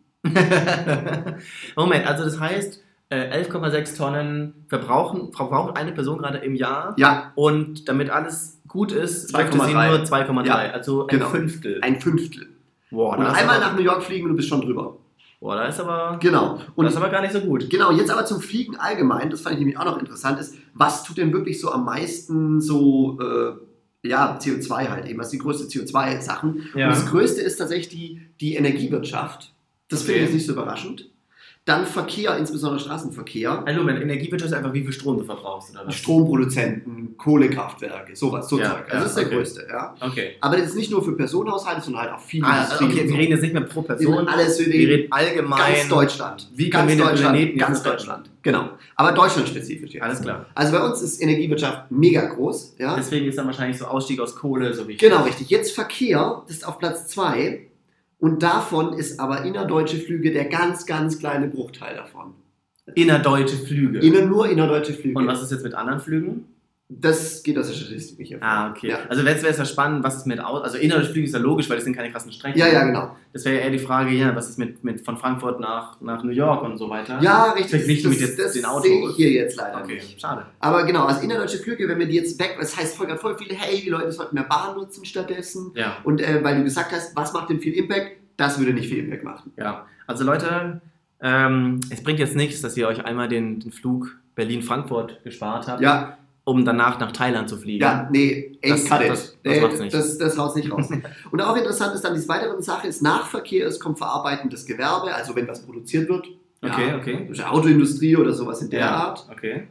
Moment, also das heißt, äh, elf Komma sechs Tonnen verbrauchen, verbraucht eine Person gerade im Jahr. Ja, Und damit alles gut ist, zwei möchte Komma sie drei. nur zwei Komma drei, Ja, also ein genau. Fünftel. ein Fünftel. Boah, Und das ist einmal aber, nach New York fliegen und du bist schon drüber. boah, da ist aber, Genau. Und das ist aber gar nicht so gut. Genau, jetzt aber zum Fliegen allgemein, das fand ich nämlich auch noch interessant, ist, was tut denn wirklich so am meisten so, äh, ja, C O zwei halt eben, was ist die größte C O zwei Sachen? Ja. Und das größte ist tatsächlich die, die Energiewirtschaft. Das Okay. finde ich jetzt nicht so überraschend. Dann Verkehr, insbesondere Straßenverkehr. Also Moment, Energiewirtschaft ist einfach, wie viel Strom du verbrauchst, oder was? Stromproduzenten, Kohlekraftwerke, sowas, so Ja, Zeug. Also ja, das ist der okay. größte, ja. Okay. Aber das ist nicht nur für Personenhaushalte, sondern halt auch viele Ah, Industrien okay, und wir so. reden jetzt nicht mehr pro Wir Person, reden alles für wir den reden allgemein. ganz Deutschland. Wie ganz können wir den Deutschland, Planeten jetzt ganz retten? Deutschland. Genau. Aber deutschlandspezifisch jetzt. Alles klar. Also bei uns ist Energiewirtschaft mega groß. Ja? Deswegen ist dann wahrscheinlich so Ausstieg aus Kohle so wichtig. Genau, richtig. Jetzt Verkehr, das ist auf Platz zwei. Und davon ist aber innerdeutsche Flüge der ganz, ganz kleine Bruchteil davon. Innerdeutsche Flüge. Inner, nur innerdeutsche Flüge. Und was ist jetzt mit anderen Flügen? Das geht aus der Statistik nicht hervor. Ah, okay. Ja. Also jetzt wäre es ja spannend, was ist mit aus. Also innerdeutsche Flüge ist ja logisch, weil das sind keine krassen Strecken. Ja, ja, genau. Das wäre ja eher die Frage, ja, was ist mit, mit von Frankfurt nach, nach New York und so weiter? Ja, richtig. Vielleicht nicht das mit jetzt das den Autos. sehe ich hier jetzt leider Okay, nicht. schade. Aber genau, also innerdeutsche Flüge, wenn wir die jetzt weg, das heißt voll, voll viele, hey, die Leute sollten mehr Bahn nutzen stattdessen. Ja, Und äh, weil du gesagt hast, was macht denn viel Impact? Das würde nicht viel Impact machen. ja. Also Leute, ähm, es bringt jetzt nichts, dass ihr euch einmal den, den Flug Berlin-Frankfurt gespart habt, Ja, um danach nach Thailand zu fliegen. ja, nee, ey, Das- cut it. das- das Nee, macht's nicht. Das, das haut's nicht raus. Und auch interessant ist dann diese weitere Sache, ist Nachverkehr, es kommt verarbeitendes Gewerbe, also wenn was produziert wird. Okay, ja, okay. durch Autoindustrie oder sowas in der Ja, Art. okay.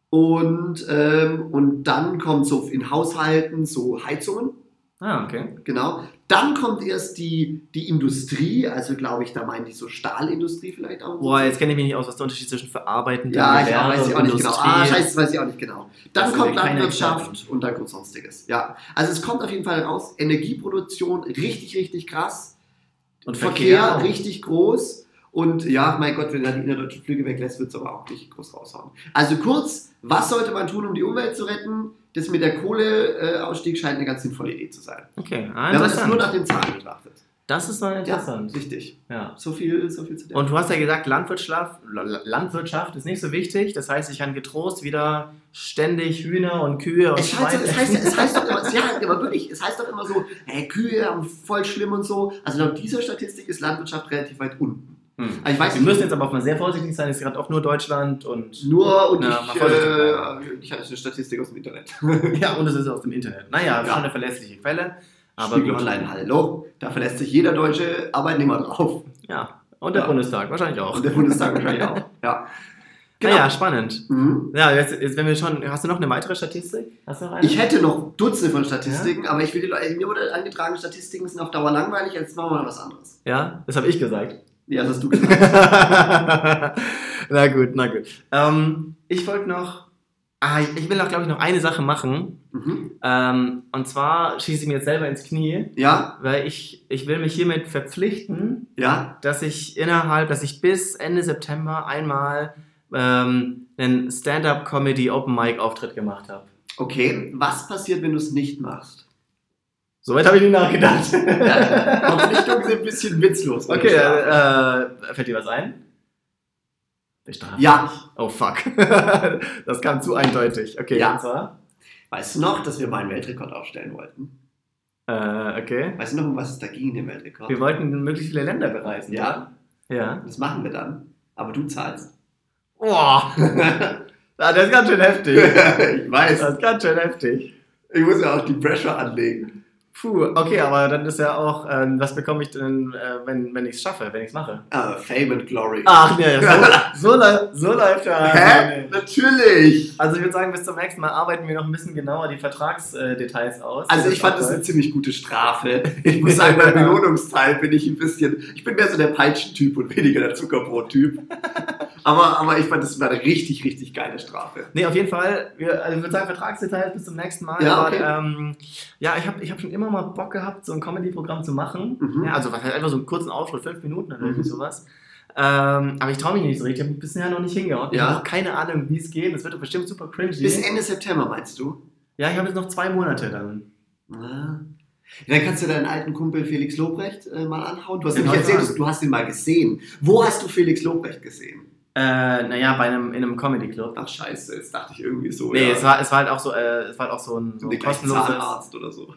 Und, ähm, und dann kommt so in Haushalten so Heizungen, Ah, okay. genau. Dann kommt erst die, die Industrie, also glaube ich, da meinen die so Stahlindustrie vielleicht auch. Boah, jetzt kenne ich mich nicht aus, was der Unterschied zwischen verarbeitendem Ja, ich Gewerbe weiß ich auch und nicht genau. Industrie Ah, ist. scheiße, das weiß ich auch nicht genau. Dann Das kommt sind ja keine Landwirtschaft Experten. und dann kommt Sonstiges. Ja, also es kommt auf jeden Fall raus. Energieproduktion richtig, richtig krass. Und Verkehr, Verkehr auch. richtig groß. Und ja, mein Gott, wenn er die innerdeutschen Flüge weglässt, wird es aber auch nicht groß raushauen. Also kurz, was sollte man tun, um die Umwelt zu retten? Das mit der Kohleausstieg scheint eine ganz sinnvolle Idee zu sein. Okay, ah, wenn man das nur nach den Zahlen betrachtet. Das ist mal interessant. Ja, richtig. Ja. So viel, so viel zu der. Und du hast ja gesagt, Landwirtschaft, Landwirtschaft ist nicht so wichtig. Das heißt, ich kann getrost wieder ständig Hühner und Kühe und es heißt, Schweine es, heißt, es heißt doch immer, ja, aber wirklich, es heißt doch immer so, hey, Kühe haben voll schlimm und so. Also laut dieser Statistik ist Landwirtschaft relativ weit unten. Hm. Also ich weiß Wir nicht, müssen jetzt aber auch mal sehr vorsichtig sein. Es ist gerade auch nur Deutschland und... Nur und Na, ich, mal äh, ich hatte eine Statistik aus dem Internet. Ja, und es ist aus dem Internet. Naja, Ja. schon eine verlässliche Quelle. Aber Spiegel gut. Online, hallo. Da verlässt sich jeder deutsche Arbeitnehmer drauf. Ja, und der Ja. Bundestag wahrscheinlich auch. Und der Bundestag wahrscheinlich auch. Ja. Genau. Naja, spannend. Mhm. Ja, jetzt, jetzt wenn wir schon... Hast du noch eine weitere Statistik? Hast du noch eine? Ich hätte noch Dutzende von Statistiken, aber ich will die Leute, mir wurde angetragen, Statistiken sind auf Dauer langweilig, jetzt machen wir mal was anderes. Ja, das habe ich gesagt. Ja, das hast du gesagt. Na gut, na gut. Ähm, ich wollte noch... Ah, ich will auch, glaube ich, noch eine Sache machen. Mhm. Ähm, und zwar schieße ich mir jetzt selber ins Knie, Ja, weil ich, ich will mich hiermit verpflichten, ja. dass ich innerhalb, dass ich bis Ende September einmal ähm, einen Stand-Up-Comedy-Open-Mic-Auftritt gemacht habe. Okay, was passiert, wenn du es nicht machst? Soweit habe ich nicht nachgedacht. Ja, Verpflichtungen sind ein bisschen witzlos. Okay, äh, äh, fällt dir was ein? Bestraft. Ja. Oh fuck. Das kam zu eindeutig. Okay, Ja. und zwar? Weißt du noch, dass wir mal einen Weltrekord aufstellen wollten? Äh, okay. Weißt du noch, um was es da ging in dem Weltrekord? Wir wollten möglichst viele Länder bereisen. Ja, oder? Ja. das machen wir dann. Aber du zahlst. Boah. Ah, das ist ganz schön heftig. Ich weiß. Das ist ganz schön heftig. Ich muss ja auch die Pressure anlegen. Puh, okay, aber dann ist ja auch, ähm, was bekomme ich denn, äh, wenn, wenn ich es schaffe, wenn ich es mache? Ah, Fame and Glory. Ach nee, so, so, läu- so läuft ja. Hä? Natürlich! Also ich würde sagen, bis zum nächsten Mal arbeiten wir noch ein bisschen genauer die Vertragsdetails aus. Also ich fand das eine ziemlich gute Strafe. Ich muss sagen, beim Belohnungsteil bin ich ein bisschen, ich bin mehr so der Peitschentyp und weniger der Zuckerbrottyp. Aber, aber ich fand das war eine richtig, richtig geile Strafe. Nee, auf jeden Fall, wir, also ich würde sagen, Vertragsdetails bis zum nächsten Mal. Ja, aber, okay. ähm, ja, ich habe ich hab schon immer mal Bock gehabt, so ein Comedy-Programm zu machen. Mhm. Ja, also was halt einfach so einen kurzen Auftritt, fünf Minuten oder Mhm. irgendwie sowas. Ähm, aber ich traue mich nicht so richtig, ich habe bisher noch nicht hingehauen. Ich Ja. habe auch keine Ahnung, wie es geht. Das wird doch bestimmt super cringy. Bis Ende September meinst du? Ja, ich habe jetzt noch zwei Monate dann. Ah. Dann kannst du deinen alten Kumpel Felix Lobrecht äh, mal anhauen. Du hast Den nämlich hau ich erzählt, an. du hast ihn mal gesehen. Wo hast du Felix Lobrecht gesehen? Äh, naja, bei einem, in einem Comedy-Club. Ach scheiße, jetzt dachte ich irgendwie so. Nee, ja, es, war, es war halt auch so, äh, es war halt auch so ein, so so ein gleich kostenloses... Zahnarzt oder so.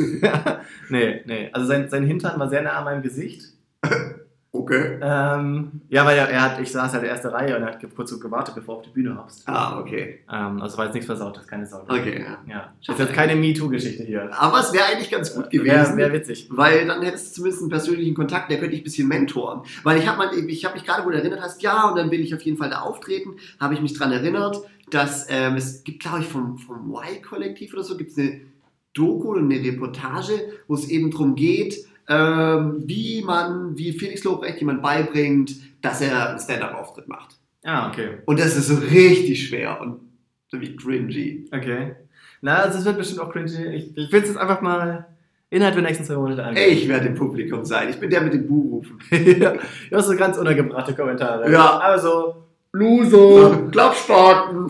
nee, nee. Also sein, sein Hintern war sehr nah an meinem Gesicht. Okay. Ähm, ja, weil er, er hat, ich saß halt in der ersten Reihe und er hat kurz so gewartet, bevor er auf die Bühne hopst. Ah, okay. Ähm, also war jetzt nichts Versautes, keine Sorge. Okay, ja. Ja. Das ist jetzt keine MeToo-Geschichte hier. Aber es wäre eigentlich ganz gut gewesen. Wäre wär witzig. Weil dann hättest du zumindest einen persönlichen Kontakt, der könnte ich ein bisschen mentoren. Weil ich habe ich hab mich gerade, wo du erinnert hast, ja, und dann will ich auf jeden Fall da auftreten, habe ich mich daran erinnert, dass ähm, es gibt, glaube ich, vom, vom Y-Kollektiv oder so, gibt es eine Doku oder eine Reportage, wo es eben darum geht, ähm, wie man, wie Felix Lobrecht jemand beibringt, dass er einen Stand-Up-Auftritt macht. Ah, okay. Und das ist so richtig schwer und so wie cringy. Okay. Na, also es wird bestimmt auch cringy. Ich, ich will es jetzt einfach mal innerhalb der nächsten zwei Monate angehen. Ich werde im Publikum sein. Ich bin der mit dem Buhrufen. Ja, du hast so ganz unangebrachte Kommentare. Ja. Also, Loser. Klappspaten.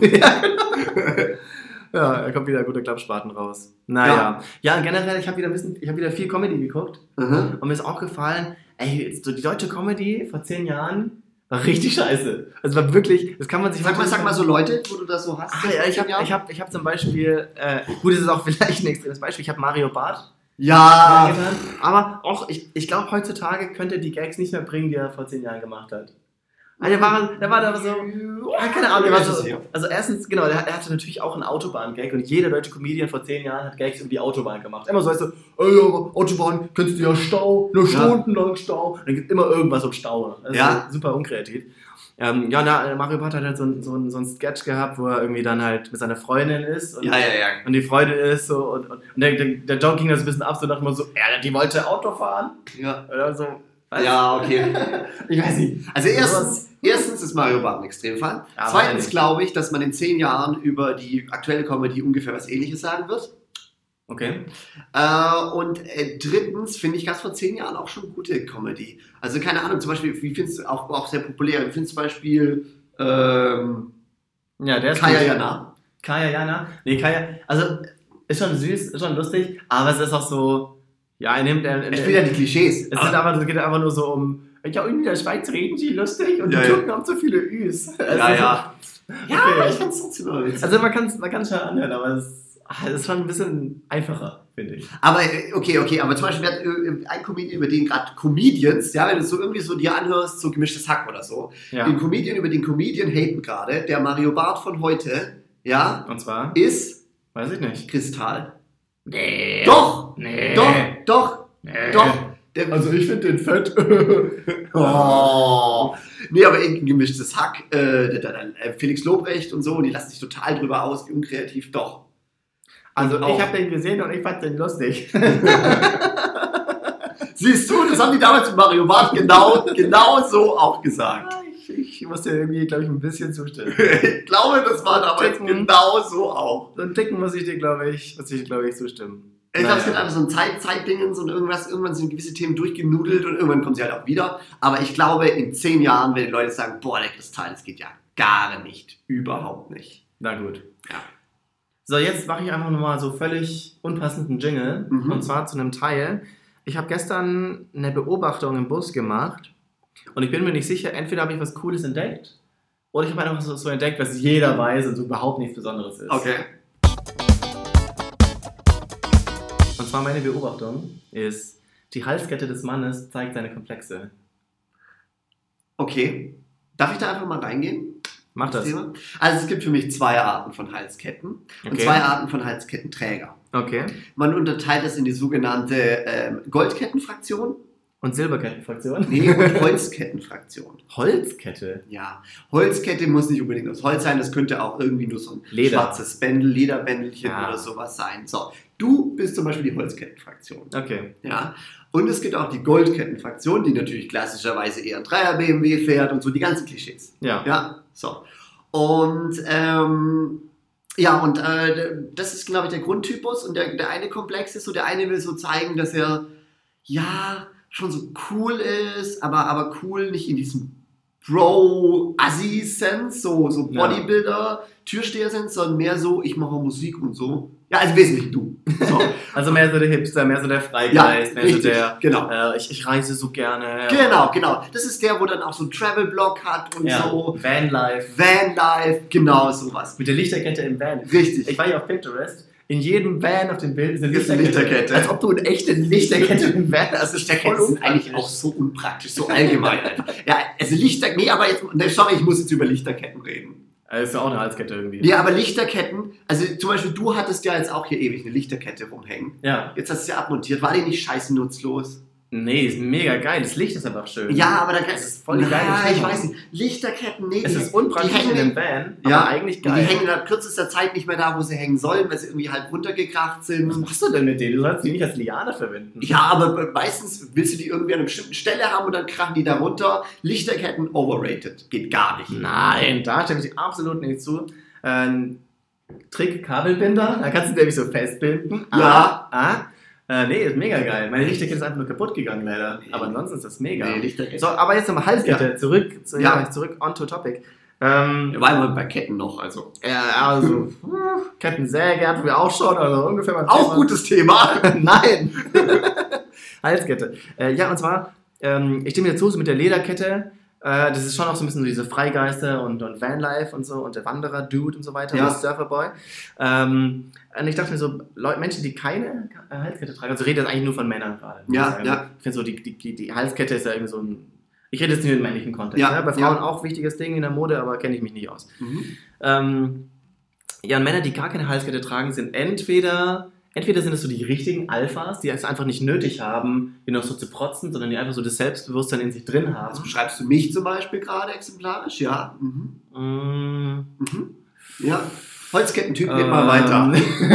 Ja, da kommt wieder ein guter Klappspaten raus. Naja. Ja, und generell, ich habe wieder ein bisschen, ich habe wieder viel Comedy geguckt. Mhm. Und mir ist auch gefallen, ey, jetzt so die deutsche Comedy vor zehn Jahren war richtig scheiße. Also war wirklich, das kann man sich... Sag mal, sag mal so Leute, wo du das so hast. Ah, ja, ich habe ich hab, ich hab zum Beispiel, äh, gut, das ist auch vielleicht ein extremes Beispiel, ich habe Mario Barth Ja. getan, aber auch, ich, ich glaube, heutzutage könnte er die Gags nicht mehr bringen, die er vor zehn Jahren gemacht hat. Also der war, der war da so, ja, keine Ahnung, der war so, also erstens, genau, der, der hatte natürlich auch einen Autobahn-Gag und jeder deutsche Comedian vor zehn Jahren hat Gags über die Autobahn gemacht. Immer so, weißt du, ey, ja, Autobahn, kennst du ja Stau, eine Stunde lang Stau, dann gibt es immer irgendwas um Stau. Das ist Ja. so super unkreativ. Ähm, ja, na, Mario Barth hat halt so, ein- so, ein- so einen Sketch gehabt, wo er irgendwie dann halt mit seiner Freundin ist und, Ja, ja, ja. und die Freundin ist so und, und, und der, der, der Joke ging da so ein bisschen ab, so dachte man so, ja, die wollte Auto fahren Ja, oder so. Was? ja okay. Ich weiß nicht. Also erstens, erstens ist Mario Barth ein Extremfall. Ja, Zweitens wahrscheinlich. glaube ich, dass man in zehn Jahren über die aktuelle Comedy ungefähr was Ähnliches sagen wird. Okay. Äh, und äh, drittens finde ich, gab es vor zehn Jahren auch schon gute Comedy. Also keine Ahnung, zum Beispiel, wie findest du, auch, auch sehr populär, wie findest du zum Beispiel ähm, Ja, der ist Kaya gut. Jana? Kaya Jana? Nee, Kaya, also ist schon süß, ist schon lustig, aber es ist auch so, ja, er nimmt... Er, Er spielt ja die Klischees. Es, sind einfach, es geht einfach nur so um, ja, in der Schweiz reden sie lustig und Ja, die ja. Türken haben so viele Üs. Also, Ja, ja. Ja, Okay. aber ich fand es trotzdem immer witzig. Also man kann es man kann's schon anhören, aber es, es ist schon ein bisschen einfacher, finde ich. Aber, äh, okay, okay, aber zum Beispiel wird äh, ein Comedian, über den gerade Comedians, ja, wenn du so irgendwie so dir anhörst, so gemischtes Hack oder so, Ja. den Comedian über den Comedian haten gerade, der Mario Barth von heute, ja, Und zwar, ist weiß ich nicht. Kristall. Nee. Doch! Nee. Doch! Doch! Nee. Doch! Der, Also ich finde den fett. oh. Nee, aber irgendwie gemischtes Hack, äh, der, der, der Felix Lobrecht und so, und die lassen sich total drüber aus, wie unkreativ, doch. Also Und auch- ich habe den gesehen und ich fand den lustig. Siehst du, das haben die damals mit Mario Barth genau, genau so auch gesagt. ich, ich muss dir irgendwie, glaube ich, ein bisschen zustimmen. Ich glaube, das war damals Ticken. genau so auch. So ein Ticken muss ich dir, glaube ich, muss ich, glaube ich, zustimmen. Ich glaube, es Naja. gibt einfach so ein Zeit Zeitdingens und irgendwas, irgendwann sind gewisse Themen durchgenudelt und irgendwann kommen sie halt auch wieder. Aber ich glaube, in zehn Jahren werden die Leute sagen, boah, der Kristall, das geht ja gar nicht. Überhaupt nicht. Na gut. Ja. So, jetzt mache ich einfach nochmal so völlig unpassenden Jingle. Mhm. Und zwar zu einem Teil. Ich habe gestern eine Beobachtung im Bus gemacht. Und ich bin mir nicht sicher, entweder habe ich was Cooles entdeckt oder ich habe einfach so, so entdeckt, was jeder weiß und so überhaupt nichts Besonderes ist. Okay. Und zwar meine Beobachtung ist, die Halskette des Mannes zeigt seine Komplexe. Okay. Darf ich da einfach mal reingehen? Mach das. Thema? Also es gibt für mich zwei Arten von Halsketten und Okay. zwei Arten von Halskettenträger. Okay. Man unterteilt das in die sogenannte ähm, Goldkettenfraktion, Und Silberkettenfraktion? nee, und Holzkettenfraktion. Holzkette. Ja, Holzkette muss nicht unbedingt aus Holz sein, das könnte auch irgendwie nur so ein Leder. schwarzes Bändel, Lederbändelchen Ja. oder sowas sein. So, du bist zum Beispiel die Holzkettenfraktion. Okay. Ja, und es gibt auch die Goldkettenfraktion, die natürlich klassischerweise eher ein Dreier-B M W fährt und so die ganzen Klischees. Ja. Ja, so. Und, ähm, ja, und äh, das ist, glaube ich, der Grundtypus. Und der, der eine Komplex ist so, der eine will so zeigen, dass er, ja, schon so cool ist, aber, aber cool nicht in diesem Bro-Assi-Sense, so, so Ja. Bodybuilder, Türsteher-Sense, sondern mehr so, ich mache Musik und so. Ja, also wesentlich du. So. Also mehr so der Hipster, mehr so der Freigeist, mehr richtig, so der, genau. äh, ich, ich reise so gerne. Genau, genau. Das ist der, wo dann auch so einen Travel-Blog hat und Ja. so. Vanlife. Vanlife, genau sowas. Mit der Lichterkette im Van. Richtig. Ich war hier auf Pinterest. In jedem Van auf dem Bild ist eine Ist eine Lichterkette. Lichterkette. Als ob du eine echte Lichterkette im Van hast. Das ist Lichterketten voll sind eigentlich unpraktisch. auch so unpraktisch, so allgemein einfach. Ja, also Lichter, nee, aber jetzt, ne, sorry, ich muss jetzt über Lichterketten reden. Das ist ja auch eine Halskette irgendwie. Nee, aber Lichterketten, also zum Beispiel du hattest ja jetzt auch hier ewig eine Lichterkette rumhängen. Ja. Jetzt hast du sie abmontiert, war die nicht scheiße nutzlos? Nee, ist mega geil. Das Licht ist einfach schön. Ja, aber da Das ist voll die geile Nein, ich Stimmung. weiß nicht. Lichterketten, nee. Es die- ist unpraktisch die hängen in dem Van, aber Ja, eigentlich Die geil. hängen in kürzester Zeit nicht mehr da, wo sie hängen sollen, weil sie irgendwie halb runtergekracht sind. Was machst du denn mit denen? Du sollst die nicht als Liane verwenden. Ja, aber meistens willst du die irgendwie an einer bestimmten Stelle haben und dann krachen die da runter. Lichterketten overrated. Geht gar nicht. Nein, da stimme ich dir absolut nicht zu. Ähm, Trick Kabelbinder, da kannst du nämlich so festbinden. Ja. Ah, ah. Äh, nee, ist mega geil. Meine Lichterkette ist einfach nur kaputt gegangen, leider. Nee. Aber ansonsten ist das mega. Nee, Lichterkette. So, aber jetzt nochmal Halskette. Zurück, zu, ja. Ja. zurück on to topic. Ähm, Wir waren immer bei Ketten noch, also. ja, also, Kettensäge hatten wir auch schon, also ungefähr beim Auch Thema. gutes Thema. Nein! Halskette. Äh, ja, und zwar, ähm, ich stimme dir zu, so mit der Lederkette, äh, das ist schon auch so ein bisschen so diese Freigeister und, und Vanlife und so und der Wanderer-Dude und so weiter, Ja. und der Surferboy. Ähm, und ich dachte mir so, Leute, Menschen, die keine äh, Halskette tragen, also ich rede jetzt eigentlich nur von Männern gerade. muss Ja, ich sagen. ja. Ich finde so, die, die, die Halskette ist ja irgendwie so ein, ich rede jetzt nicht im männlichen Kontext. Ja, ne? Bei Frauen ja. auch wichtiges Ding in der Mode, aber kenne ich mich nicht aus. Mhm. Ähm, ja, und Männer, die gar keine Halskette tragen, sind entweder, entweder sind es so die richtigen Alphas, die es einfach nicht nötig haben, hier noch so zu protzen, sondern die einfach so das Selbstbewusstsein in sich drin haben. Also beschreibst du mich zum Beispiel gerade exemplarisch? Ja. Mhm. Mm, Mhm. Ja. Holzkettentyp, geht ähm, mal weiter.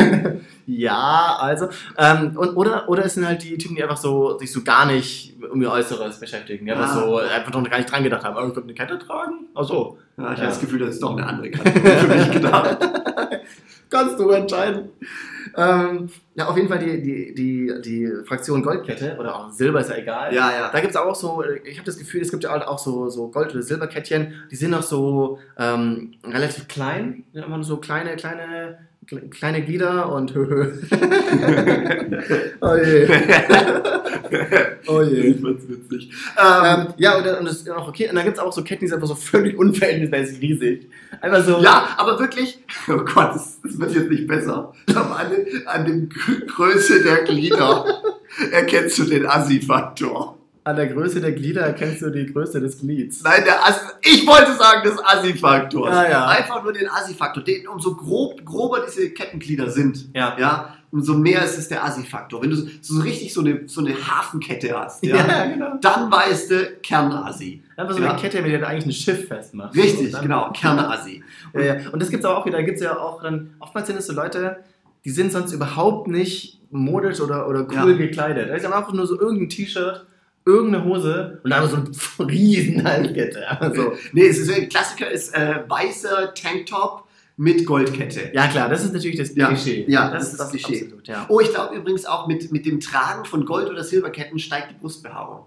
ja, also, ähm, und, oder, oder es sind halt die Typen, die einfach so, sich so gar nicht um ihr Äußeres beschäftigen, die einfach Ah. so, einfach noch gar nicht dran gedacht haben, oh, ich könnte eine Kette tragen? Ach so. Ja, ich Ja. habe das Gefühl, das ist doch eine andere Kategorie für mich gedacht. Kannst du entscheiden. ähm, ja, auf jeden Fall die, die, die, die Fraktion Goldkette oder auch Silber, ist ja egal. Ja, ja. Da gibt es auch so, ich habe das Gefühl, es gibt ja auch so, so Gold- oder Silberkettchen, die sind noch so ähm, relativ klein, ja, immer so kleine, kleine, kleine Glieder und oh je. Oh je. Ich fand's witzig. Ähm, ähm, ja, und, und das ist auch okay. Und dann gibt es auch so Ketten, die sind einfach so völlig unverhältnismäßig riesig. Einfach so. Ja, aber wirklich, oh Gott, das, das wird jetzt nicht besser. Aber an, an der Größe der Glieder erkennst du den Assi-Faktor. An der Größe der Glieder erkennst du die Größe des Glieds. Nein, der Assi, ich wollte sagen des Assi-Faktors. Ja, ja. Einfach nur den Assi-Faktor. Den, umso grob, grober diese Kettenglieder sind, ja. Ja, umso mehr ist es der Assi-Faktor. Wenn du so, so richtig so eine, so eine Hafenkette hast, ja, ja, genau. dann weißt du Kernassi. Einfach so ja. eine Kette, mit der du eigentlich ein Schiff festmachst. Richtig, dann, genau, Kernassi. Ja, ja. Und das gibt es auch wieder, da gibt es ja auch dann, oftmals sind es so Leute, die sind sonst überhaupt nicht modisch oder, oder cool Ja. gekleidet. Da ist einfach nur so irgendein T-Shirt, irgendeine Hose und dann so eine riesen Halskette. Also, Nee, es ist ein Klassiker, ist äh, weißer Tanktop mit Goldkette. ja klar, das ist natürlich das Ja, Klischee. ja, das ist das Klischee. Absolut, ja. Oh, ich glaube übrigens auch mit, mit dem Tragen von Gold- oder Silberketten steigt die Brustbehaarung.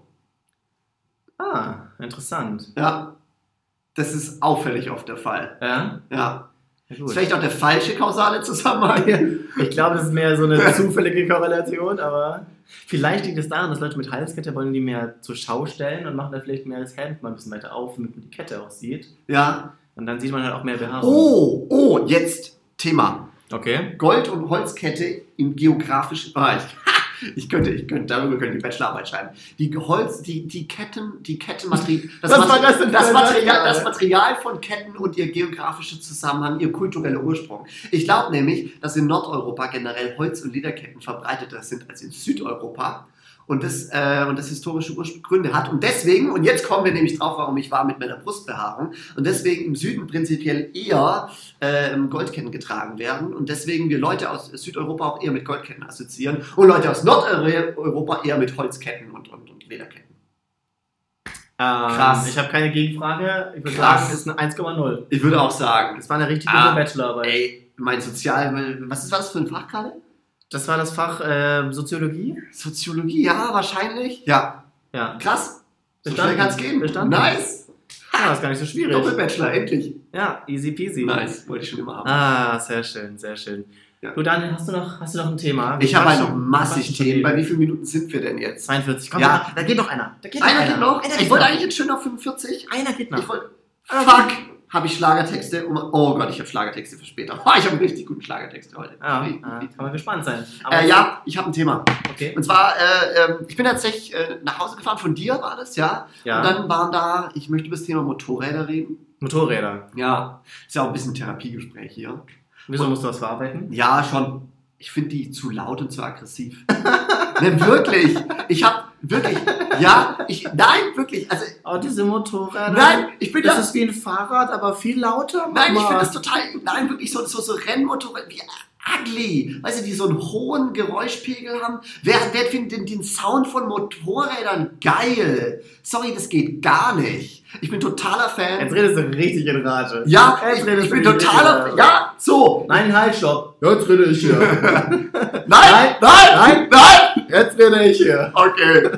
Ah, interessant. Ja, das ist auffällig oft der Fall. Ja, Ja, ja das gut. ist vielleicht auch der falsche kausale Zusammenhang. Ich glaube, das ist mehr so eine zufällige Korrelation, aber vielleicht liegt es daran, dass Leute mit Halskette wollen die mehr zur Schau stellen und machen da vielleicht mehr das Hemd mal ein bisschen weiter auf, damit man die Kette aussieht. Ja. Und dann sieht man halt auch mehr Behaarung. Oh, oh, jetzt Thema. Okay. Gold- und Holzkette im geografischen Bereich. Ich könnte, ich könnte, darüber könnte ich Bachelorarbeit schreiben. Die Holz, die, die Ketten, die Kettenmaterial, das, Was Mat- war das denn für das, ein Material, Material? das Material von Ketten und ihr geografischer Zusammenhang, ihr kultureller Ursprung. Ich glaube nämlich, dass in Nordeuropa generell Holz- und Lederketten verbreiteter sind als in Südeuropa. Und das, äh, und das historische Urs- Gründe hat. Und deswegen, und jetzt kommen wir nämlich drauf, warum ich war mit meiner Brustbehaarung, und deswegen im Süden prinzipiell eher äh, Goldketten getragen werden und deswegen wir Leute aus Südeuropa auch eher mit Goldketten assoziieren und Leute aus Nordeuropa eher mit Holzketten und, und, und Lederketten. Ähm, Krass. Ich habe keine Gegenfrage. Ich würde Krass. sagen, es ist eine eins Komma null. Ich würde auch sagen, Das war eine richtig Ah, gute Bachelorarbeit. ey, mein Sozial... Was ist was für ein Fach gerade? Das war das Fach äh, Soziologie. Soziologie, ja, wahrscheinlich. Ja, Ja. krass. So Bestanden. schnell kann es gehen. Bestanden. Nice. Ja, ist gar nicht so schwierig. Doppelbachelor, endlich. Ja, easy peasy. Nice, wollte ich schon immer haben. Ah, sehr schön, sehr schön. Ja. Du, Daniel, hast du noch, hast du noch ein Thema? Ich Wir habe halt noch quatschen- massig quatschen schon Themen. Bei ewig. wie vielen Minuten sind wir denn jetzt? zweiundvierzig. Komm, Ja. ja. Da geht noch einer. Da geht Einer geht noch? Einer Ich geht wollte noch. eigentlich jetzt schön auf fünfundvierzig. Einer geht noch. Ich wollte... Fuck! Habe ich Schlagertexte? Um, oh Gott, ich habe Schlagertexte für später. Oh, ich habe einen richtig guten Schlagertext heute. Ja, Richtig ah, gut. kann man gespannt sein. Aber Äh, ja, ich habe ein Thema. Okay. Und zwar, äh, ähm, ich bin tatsächlich äh, nach Hause gefahren, von dir war das, ja? Ja. Und dann waren da, ich möchte über das Thema Motorräder reden. Motorräder. Ja. Ist ja auch ein bisschen Therapiegespräch hier. Wieso musst du was verarbeiten? Ja, schon. Ich finde die zu laut und zu aggressiv. Ne, wirklich. Ich habe wirklich, ja, ich, nein, wirklich. Also, Oh, diese Motorräder. nein, ich bin Das ja, ist wie ein Fahrrad, aber viel lauter. nein, ich Mama. finde das total, nein, wirklich so, so, so Rennmotorräder, wie ugly. Weißt du, die so einen hohen Geräuschpegel haben. Wer, wer findet den, den Sound von Motorrädern geil? Sorry, das geht gar nicht. Ich bin totaler Fan. Jetzt redest du richtig in Rage. Ja, Jetzt ich, redest ich du bin richtig totaler in Fan. Rage. Ja, so. Nein, halt, stopp. Jetzt rede ich hier. Nein, nein, Nein, nein, nein. Jetzt rede ich hier. Okay.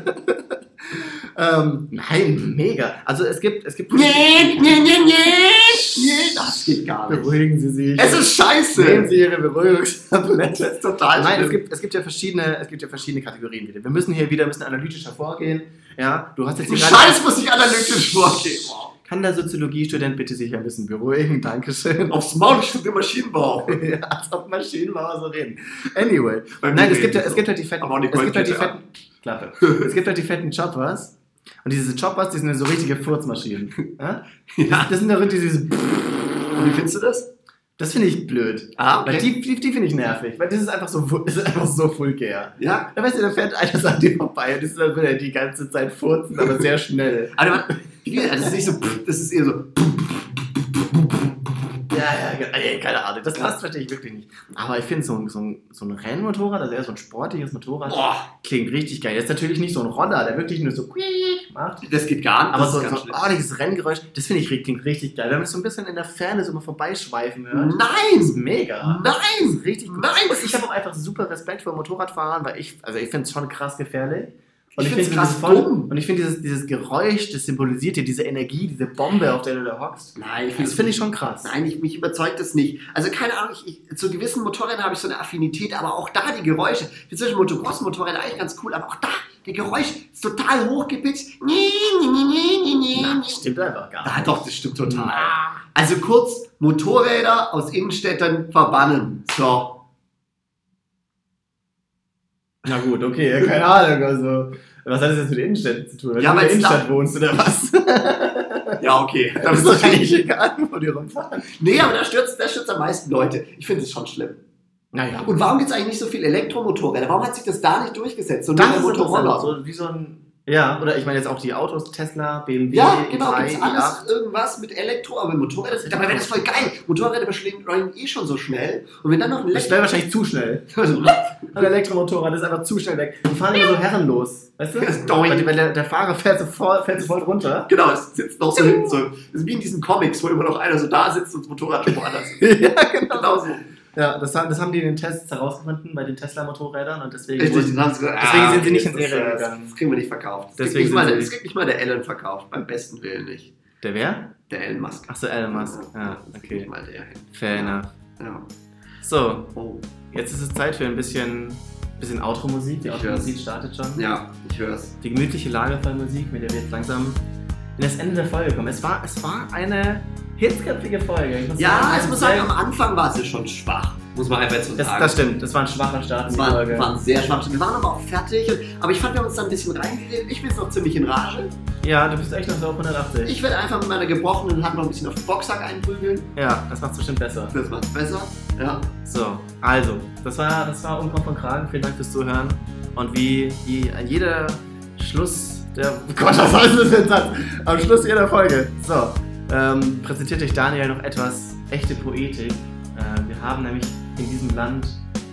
Ähm, nein, mega. Also es gibt, es gibt. Nee, nee, nee, nee, nee. Das geht gar nicht. Beruhigen Sie sich. Es ist scheiße. Nehmen Sie Ihre Beruhigungstablette. Das ist total Nein, schlimm. es gibt, es gibt ja verschiedene, es gibt ja verschiedene Kategorien wieder. Wir müssen hier wieder ein bisschen analytischer vorgehen. Ja, du hast jetzt Im hier Scheiß muss ich analytisch vorgehen. Wow. Kann der Soziologiestudent bitte sich ein bisschen beruhigen? Dankeschön. Aufs Maul, ich studiere Maschinenbau. Ja, als ob Maschinenbauer so reden. Anyway. Bei mir Nein, es reden gibt, ja, die es so. gibt halt die fetten, Aber auch die es gibt halt die Goldkette fetten, Klappe. Es gibt halt die fetten Choppers. Und diese Choppers, die sind so richtige Furzmaschinen. Ja? Ja. Das sind doch dieses, Und wie findest du das? das finde ich blöd. Ah, Weil die, die, die finde ich nervig, weil das ist einfach so, das ist einfach so vulgär. Ja. Da weißt du, da fährt einer an dir vorbei und das ist, als würde er die ganze Zeit furzen, aber sehr schnell. Also, das ist nicht so, das ist eher so. ja, ja, keine Ahnung, das passt verstehe ich wirklich nicht. Aber ich finde so ein, so, ein, so ein Rennmotorrad, also eher so ein sportliches Motorrad, Boah. klingt richtig geil. Das ist natürlich nicht so ein Roller, der wirklich nur so macht. Das geht gar nicht. Aber das so, ist so ganz ein schlimm. ordentliches Renngeräusch, das finde ich klingt richtig geil. Wenn man es so ein bisschen in der Ferne so mal vorbeischweifen hört. Nein! Das ist mega. Nein! Das ist richtig gut. Nein! Ich habe auch einfach super Respekt vor Motorradfahrern, weil ich, also ich finde es schon krass gefährlich. Und Ich ich, find's finde krass dieses voll, dumm. Und ich finde dieses, dieses Geräusch, das symbolisiert hier diese Energie, diese Bombe, auf der du da hockst. Nein, ich Das finde ich schon krass. Nein, ich, mich überzeugt das nicht. Also keine Ahnung, ich, ich, zu gewissen Motorrädern habe ich so eine Affinität, aber auch da die Geräusche. Für solche Motocross-Motorräder eigentlich ganz cool, aber auch da, der Geräusch ist total hochgepitcht. Nee, nee, nee, nee, nee, Na, nee. das stimmt einfach gar Ah, nicht. doch, das stimmt total. Na. Also kurz, Motorräder aus Innenstädtern verbannen. So. Na gut, okay, keine Ahnung. Also, was hat das jetzt mit Innenstädten zu tun? Wenn Ja, du in der weil's Innenstadt da- wohnst oder was? Ja, okay. Das ist doch eigentlich egal, wo die rumfahren. Nee, aber da stürzt, da stürzt am meisten Leute. Ich finde es schon schlimm. Naja. Und warum gibt es eigentlich nicht so viele Elektromotorräder? Warum hat sich das da nicht durchgesetzt? So nur Das der ist Motorroller. Motorroller. So wie so ein. Ja, oder ich meine jetzt auch die Autos, Tesla, B M W, Ja, genau, i drei, gibt's i alles acht. irgendwas mit Elektro, aber Motorräder, dabei wäre das voll geil. Motorräder beschleunigen eh schon so schnell. Und wenn dann noch ein Das wäre wahrscheinlich zu schnell. Elektro... Ein Elektromotorrad ist einfach zu schnell weg. Die fahren immer so herrenlos. Weißt du? Das ist doing. Weil, weil der, der Fahrer fährt sofort, fährt sofort runter. Genau, es sitzt noch so hinten so. Das ist wie in diesen Comics, wo immer noch einer so da sitzt und das Motorrad schon woanders ist. Ja, genau. Genau so. Ja, das haben, das haben die in den Tests herausgefunden bei den Tesla-Motorrädern und deswegen, Richtig, wurden- dann haben sie gesagt, deswegen ah, sind sie nicht in das, Serie das, gegangen. Das kriegen wir nicht verkauft. Das Deswegen kriegt nicht mal, sind sie- das kriegt nicht mal der Elon verkauft, beim besten Willen nicht. Der wer? Der Elon Musk. Achso, Elon Musk. Ja, Das kriegt okay. nicht mal der hin. Fair enough. Ja. So, Oh. jetzt ist es Zeit für ein bisschen, bisschen Outro-Musik. Die Ich Outro-Musik hör's. startet schon. Ja, ich hör's. Die gemütliche Lagerfeuermusik, mit der wir jetzt langsam in das Ende der Folge kommen. Es war, es war eine hitzköpfige Folge. Ich muss Ja, sagen, ich muss sagen, am Anfang war sie schon schwach. Muss man einfach jetzt so das, sagen. das stimmt, das war ein schwacher Start in Das die war, Folge. waren sehr schwach. Wir waren aber auch fertig. Und, aber ich fand, wir haben uns da ein bisschen reingeredet. Ich bin jetzt noch ziemlich in Rage. Ja, du bist echt noch so auf hundertachtzig. Ich werde einfach mit meiner gebrochenen Hand noch ein bisschen auf den Boxsack einprügeln. Ja, das macht's bestimmt besser. Das macht's besser. Ja. So, also, das war, das war Umkommen von Kragen. Vielen Dank fürs Zuhören. Und wie, wie an jeder Schluss der. Gott, was heißt das jetzt? Am Schluss jeder Folge. So, ähm, präsentiert euch Daniel noch etwas echte Poetik. Äh, wir haben nämlich in diesem Land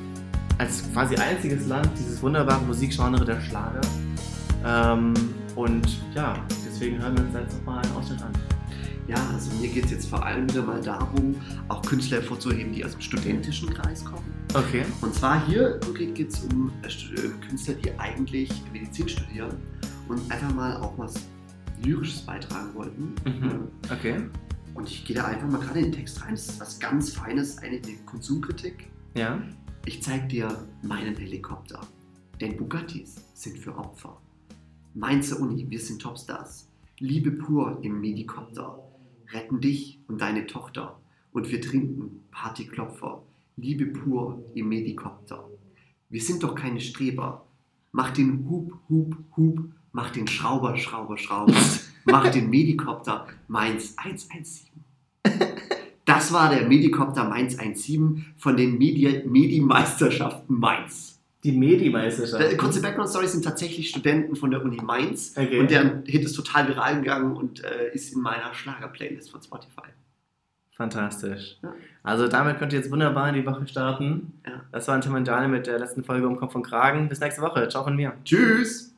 als quasi einziges Land dieses wunderbare Musikgenre der Schlager. Ähm, und ja, deswegen hören wir uns jetzt nochmal einen Ausschnitt an. Ja, also mir geht es jetzt vor allem wieder mal darum, auch Künstler hervorzuheben, die aus dem studentischen Kreis kommen. Okay. Und zwar hier konkret geht es um äh, Stu- äh, Künstler, die eigentlich Medizin studieren und einfach mal auch was Lyrisches beitragen wollten. Mhm. Okay. Und ich gehe da einfach mal gerade in den Text rein. Das ist was ganz Feines, eine eine Konsumkritik. Ja. Ich zeig dir meinen Helikopter, denn Bugattis sind für Opfer. Mainzer Uni, wir sind Topstars. Liebe pur im Medikopter. Retten dich und deine Tochter. Und wir trinken Partyklopfer. Liebe pur im Medikopter. Wir sind doch keine Streber. Mach den Hub, Hub, Hub. Mach den Schrauber, Schrauber, Schrauber. Mach den Medikopter Mainz eins eins sieben. Das war der Medikopter Mainz eins sieben von den Medi- Medi-Meisterschaften Mainz. Die Medi-Meisterschaft. Äh, Kurze Background-Story sind tatsächlich Studenten von der Uni Mainz. Okay. Und deren Hit ist total viral gegangen und äh, ist in meiner Schlager-Playlist von Spotify. Fantastisch. Ja. Also damit könnt ihr jetzt wunderbar in die Woche starten. Ja. Das war Tim und Daniel mit der letzten Folge Umkommen von Kragen. Bis nächste Woche. Ciao von mir. Tschüss!